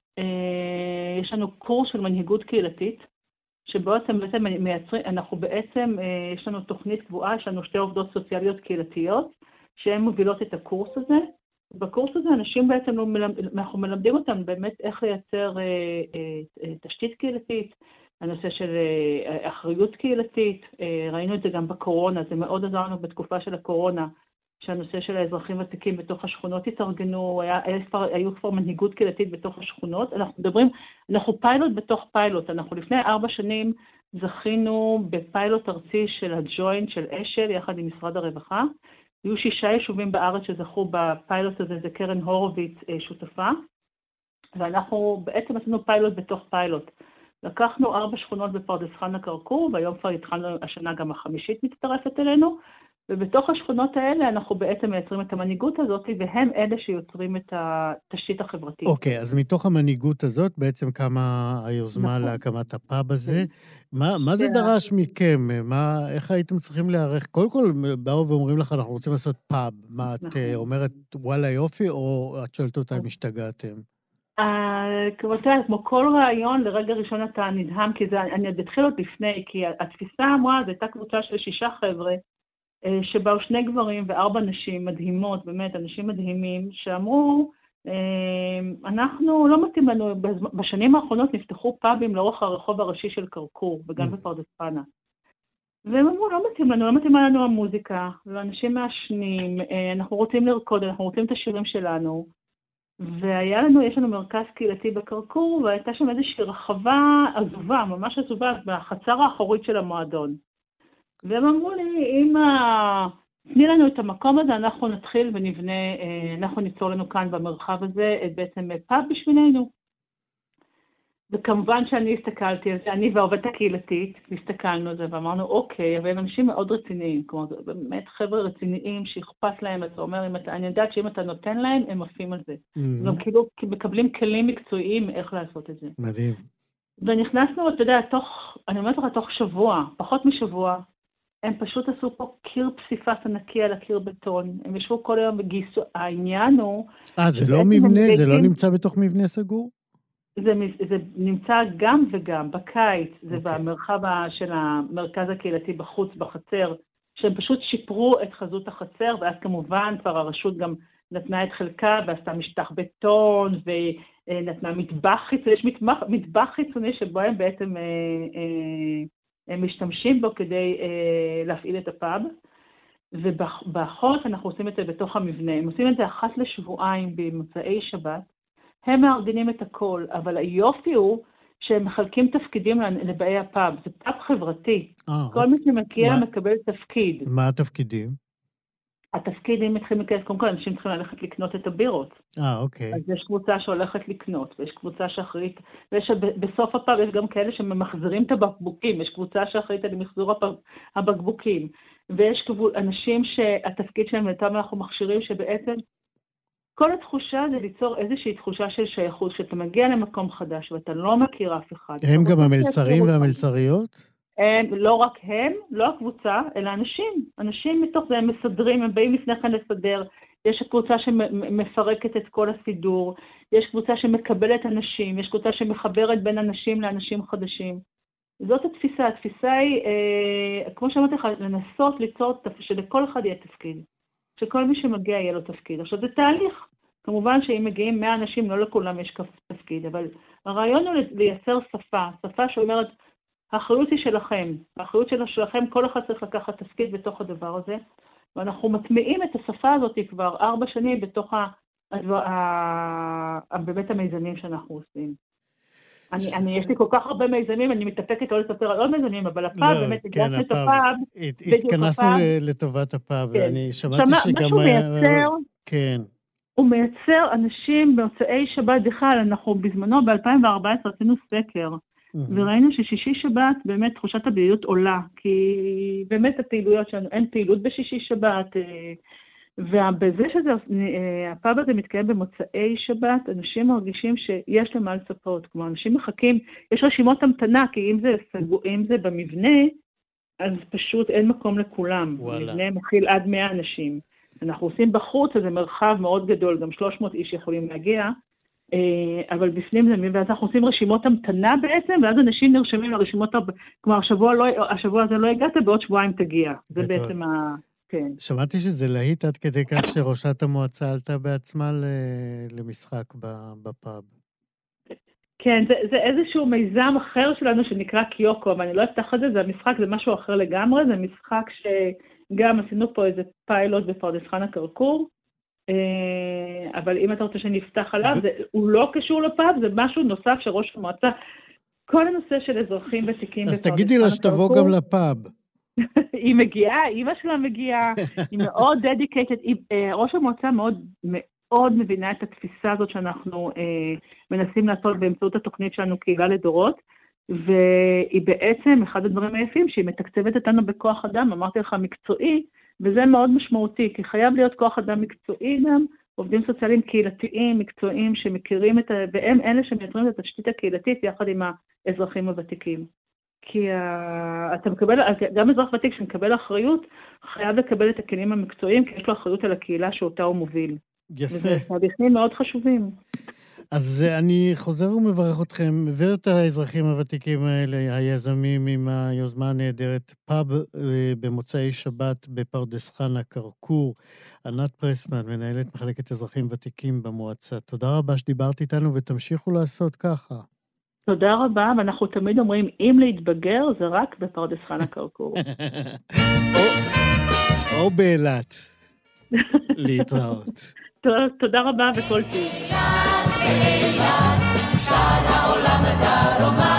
יש לנו קורס של מנהיגות קהילתית, שבעצם בעצם מייצרים, אנחנו בעצם, יש לנו תוכנית קבועה, יש לנו שתי עובדות סוציאליות קהילתיות, שהן מובילות את הקורס הזה. בקורס הזה אנשים בעצם, אנחנו מלמדים אותם באמת איך לייצר תשתית קהילתית, הנושא של אחריות קהילתית, ראינו את זה גם בקורונה, זה מאוד עזר לנו בתקופה של הקורונה, שהנושא של האזרחים ותיקים בתוך השכונות התארגנו, היה, היו כבר מנהיגות קהילתית בתוך השכונות. אנחנו מדברים, אנחנו פיילוט בתוך פיילוט. אנחנו לפני ארבע שנים זכינו בפיילוט ארצי של הג'וינט של אשל, יחד עם משרד הרווחה. היו שישה יישובים בארץ שזכו בפיילוט הזה, זה קרן הורוביץ שותפה. ואנחנו בעצם עשינו פיילוט בתוך פיילוט. לקחנו ארבע שכונות בפרדס חנה קרקור, והיום כבר התחלנו השנה גם החמישית מצטרפת אלינו, ובתוך השכונות האלה אנחנו בעצם מייצרים את המנהיגות הזאת, והם אלה שיוצרים את התשתית החברתית. אוקיי, אז מתוך המנהיגות הזאת בעצם קמה היוזמה נכון. להקמת הפאב הזה. מה, מה זה דרש מכם? מה, איך הייתם צריכים להיערך? קודם כל, באו ואומרים לך, אנחנו רוצים לעשות פאב. מה, את נכון. אומרת, וואלה יופי, או את שואלת אותה אם השתגעתם? כמו כל רעיון, לרגע ראשון אתה נדהם, כי זה, אני עוד התחיל עוד לפני, כי התפיסה אמרה, זו הייתה קבוצה של שישה חבר'ה, שבאו שני גברים וארבע נשים מדהימות, באמת, אנשים מדהימים, שאמרו, אנחנו לא מתאים לנו, בשנים האחרונות נפתחו פאבים לאורך הרחוב הראשי של קרקור, וגם בפרדס חנה. והם אמרו, לא מתאים לנו, לא מתאימה לנו המוזיקה, ואנשים מעשנים, אנחנו רוצים לרקוד, אנחנו רוצים את השירים שלנו, והיה לנו, יש לנו מרכז קהילתי בקרקור, והייתה שם איזושהי רחבה עזובה, ממש עזובה, בחצר האחורית של המועדון. והם אמרו לי, אם תני לנו את המקום הזה, אנחנו נתחיל ונבנה, אנחנו ניצור לנו כאן במרחב הזה, בעצם פאב בשבילנו. וכמובן שאני הסתכלתי על זה, אני והעובדת הקהילתית, הסתכלנו על זה ואמרנו, אוקיי, אבל הם אנשים מאוד רציניים, כלומר, באמת חבר'ה רציניים שאכפת להם, אתה אומר, אתה, אני יודעת שאם אתה נותן להם, הם עפים על זה. Mm-hmm. גם כאילו מקבלים כלים מקצועיים איך לעשות את זה. מדהים. ונכנסנו, אתה יודע, תוך, אני אומרת לך, תוך שבוע, פחות משבוע, הם פשוט עשו פה קיר פסיפס ענקי על הקיר בטון. הם ישבו כל היום בגייסו, העניין הוא... אה, זה לא מבנה, זה לא נמצא בתוך מבנה סגור? זה, זה נמצא גם וגם, בקיץ, זה okay. במרחב של המרכז הקהילתי בחוץ, בחצר, שהם פשוט שיפרו את חזות החצר, ואז כמובן כבר הרשות גם נתנה את חלקה, ועשתה משטח בטון, ונתנה מטבח חיצוני, יש מטבח, מטבח חיצוני שבו הם בעצם אה, אה, הם משתמשים בו כדי אה, להפעיל את הפאב, ובחורף אנחנו עושים את זה בתוך המבנה, הם עושים את זה אחת לשבועיים במוצאי שבת, הם מארגנים את הכל, אבל היופי הוא שהם מחלקים תפקידים לבאי הפאב, זה פאב חברתי. אה, כל אוקיי. מי שמגיע מה... מקבל תפקיד. מה התפקידים? התפקידים מתחילים להיכנס, קודם כל אנשים צריכים ללכת לקנות את הבירות. אה, אוקיי. אז יש קבוצה שהולכת לקנות, ויש קבוצה שאחראית, ויש בסוף הפאב יש גם כאלה שממחזרים את הבקבוקים, יש קבוצה שאחראית על מחזור הבקבוקים, ויש אנשים שהתפקיד שלהם, ואתם אנחנו מכשירים שבעצם, כל התחושה זה ליצור איזושהי תחושה של שייכות, שאתה מגיע למקום חדש ואתה לא מכיר אף אחד. הם גם המלצרים והמלצריות? הם, לא רק הם, לא הקבוצה, אלא אנשים. אנשים מתוך זה הם מסדרים, הם באים לפני כן לסדר. יש קבוצה שמפרקת את כל הסידור, יש קבוצה שמקבלת אנשים, יש קבוצה שמחברת בין אנשים לאנשים חדשים. זאת התפיסה. התפיסה היא, אה, כמו שאמרתי לך, לנסות ליצור שלכל אחד יהיה תפקיד. שכל מי שמגיע יהיה לו תפקיד. עכשיו זה תהליך. כמובן שאם מגיעים מאה אנשים, לא לכולם יש תפקיד, אבל הרעיון הוא לייצר שפה, שפה שאומרת, האחריות היא שלכם, האחריות שלכם, כל אחד צריך לקחת תפקיד בתוך הדבר הזה, ואנחנו מטמיעים את השפה הזאת כבר ארבע שנים בתוך ה, באמת המיזמים שאנחנו עושים. אני, אני, יש לי כל כך הרבה מיזמים, אני מתאפקת לא לספר על עוד מיזמים, אבל הפאב, באמת, הגענו את הפאב. התכנסנו לטובת הפאב, ואני שמעתי שגם... משהו מייצר, כן. הוא מייצר אנשים בהוצאי שבת בכלל, אנחנו בזמנו ב-אלפיים וארבע עשרה עשינו סקר, וראינו ששישי שבת, באמת תחושת הבעיות עולה, כי באמת הפעילויות שלנו, אין פעילות בשישי שבת, ובזה שזה, הפאב הזה מתקיים במוצאי שבת, אנשים מרגישים שיש להם מה לצפות, כמו אנשים מחכים, יש רשימות המתנה, כי אם זה, אם זה במבנה, אז פשוט אין מקום לכולם. וואלה. מבנה מכיל עד מאה אנשים. אנחנו עושים בחוץ, זה מרחב מאוד גדול, גם שלוש מאות איש יכולים להגיע, אבל בפנים זה, ואז אנחנו עושים רשימות המתנה בעצם, ואז אנשים נרשמים לרשימות, כלומר, השבוע, לא, השבוע הזה לא הגעת, בעוד שבועיים תגיע. זה גדול. בעצם ה... כן. שמעתי שזה להיט עד כדי כך שראשת המועצה עלתה בעצמה למשחק בפאב. כן, זה, זה איזשהו מיזם אחר שלנו שנקרא קיוקו, אבל אני לא אפתח את זה, זה המשחק, זה משהו אחר לגמרי, זה משחק שגם עשינו פה איזה פיילוט בפרדס חנה קרקור, אבל אם אתה רוצה שנפתח עליו, זה, הוא לא קשור לפאב, זה משהו נוסף שראש המועצה, כל הנושא של אזרחים ותיקים אז תגידי לה שתבוא גם לפאב. היא מגיעה, אמא שלה מגיעה, היא מאוד dedicated, ראש המועצה מאוד מאוד מבינה את התפיסה הזאת שאנחנו אה, מנסים לעשות באמצעות התוכנית שלנו קהילה לדורות, והיא בעצם, אחד הדברים היפים, שהיא מתקצבת אותנו בכוח אדם, אמרתי לך מקצועי, וזה מאוד משמעותי, כי חייב להיות כוח אדם מקצועי גם, עובדים סוציאליים קהילתיים, מקצועיים, שמכירים את ה... והם אלה שמייצרים את התשתית הקהילתית יחד עם האזרחים הוותיקים. כי ה... אתה מקבל, גם אזרח ותיק שמקבל אחריות, חייב לקבל את הכלים המקצועיים, כי יש לו אחריות על הקהילה שאותה הוא מוביל. יפה. וזה תהליכים מאוד חשובים. אז אני חוזר ומברך אתכם, ואת האזרחים הוותיקים האלה, היזמים עם היוזמה הנהדרת, פאב במוצאי שבת בפרדס חנה, קרקור. ענת פרסמן, מנהלת מחלקת אזרחים ותיקים במועצה. תודה רבה שדיברת איתנו, ותמשיכו לעשות ככה. תודה רבה, ואנחנו תמיד אומרים, אם להתבגר זה רק בפרדס חנה, קרקור. או באילת. להתראות. תודה רבה וכל טוב. באילת, שער העולם דרומה,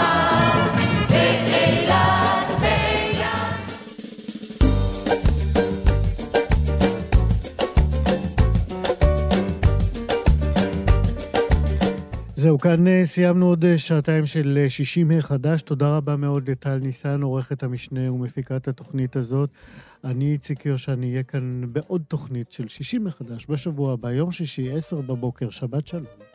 באילת, באילת. זהו, כאן סיימנו עוד שעתיים של שישים החדש. תודה רבה מאוד לטל ניסן, עורכת המשנה ומפיקת התוכנית הזאת. אני איציק יושע, אני אהיה כאן בעוד תוכנית של שישים החדש בשבוע הבא, יום שישי, עשר בבוקר, שבת שלום.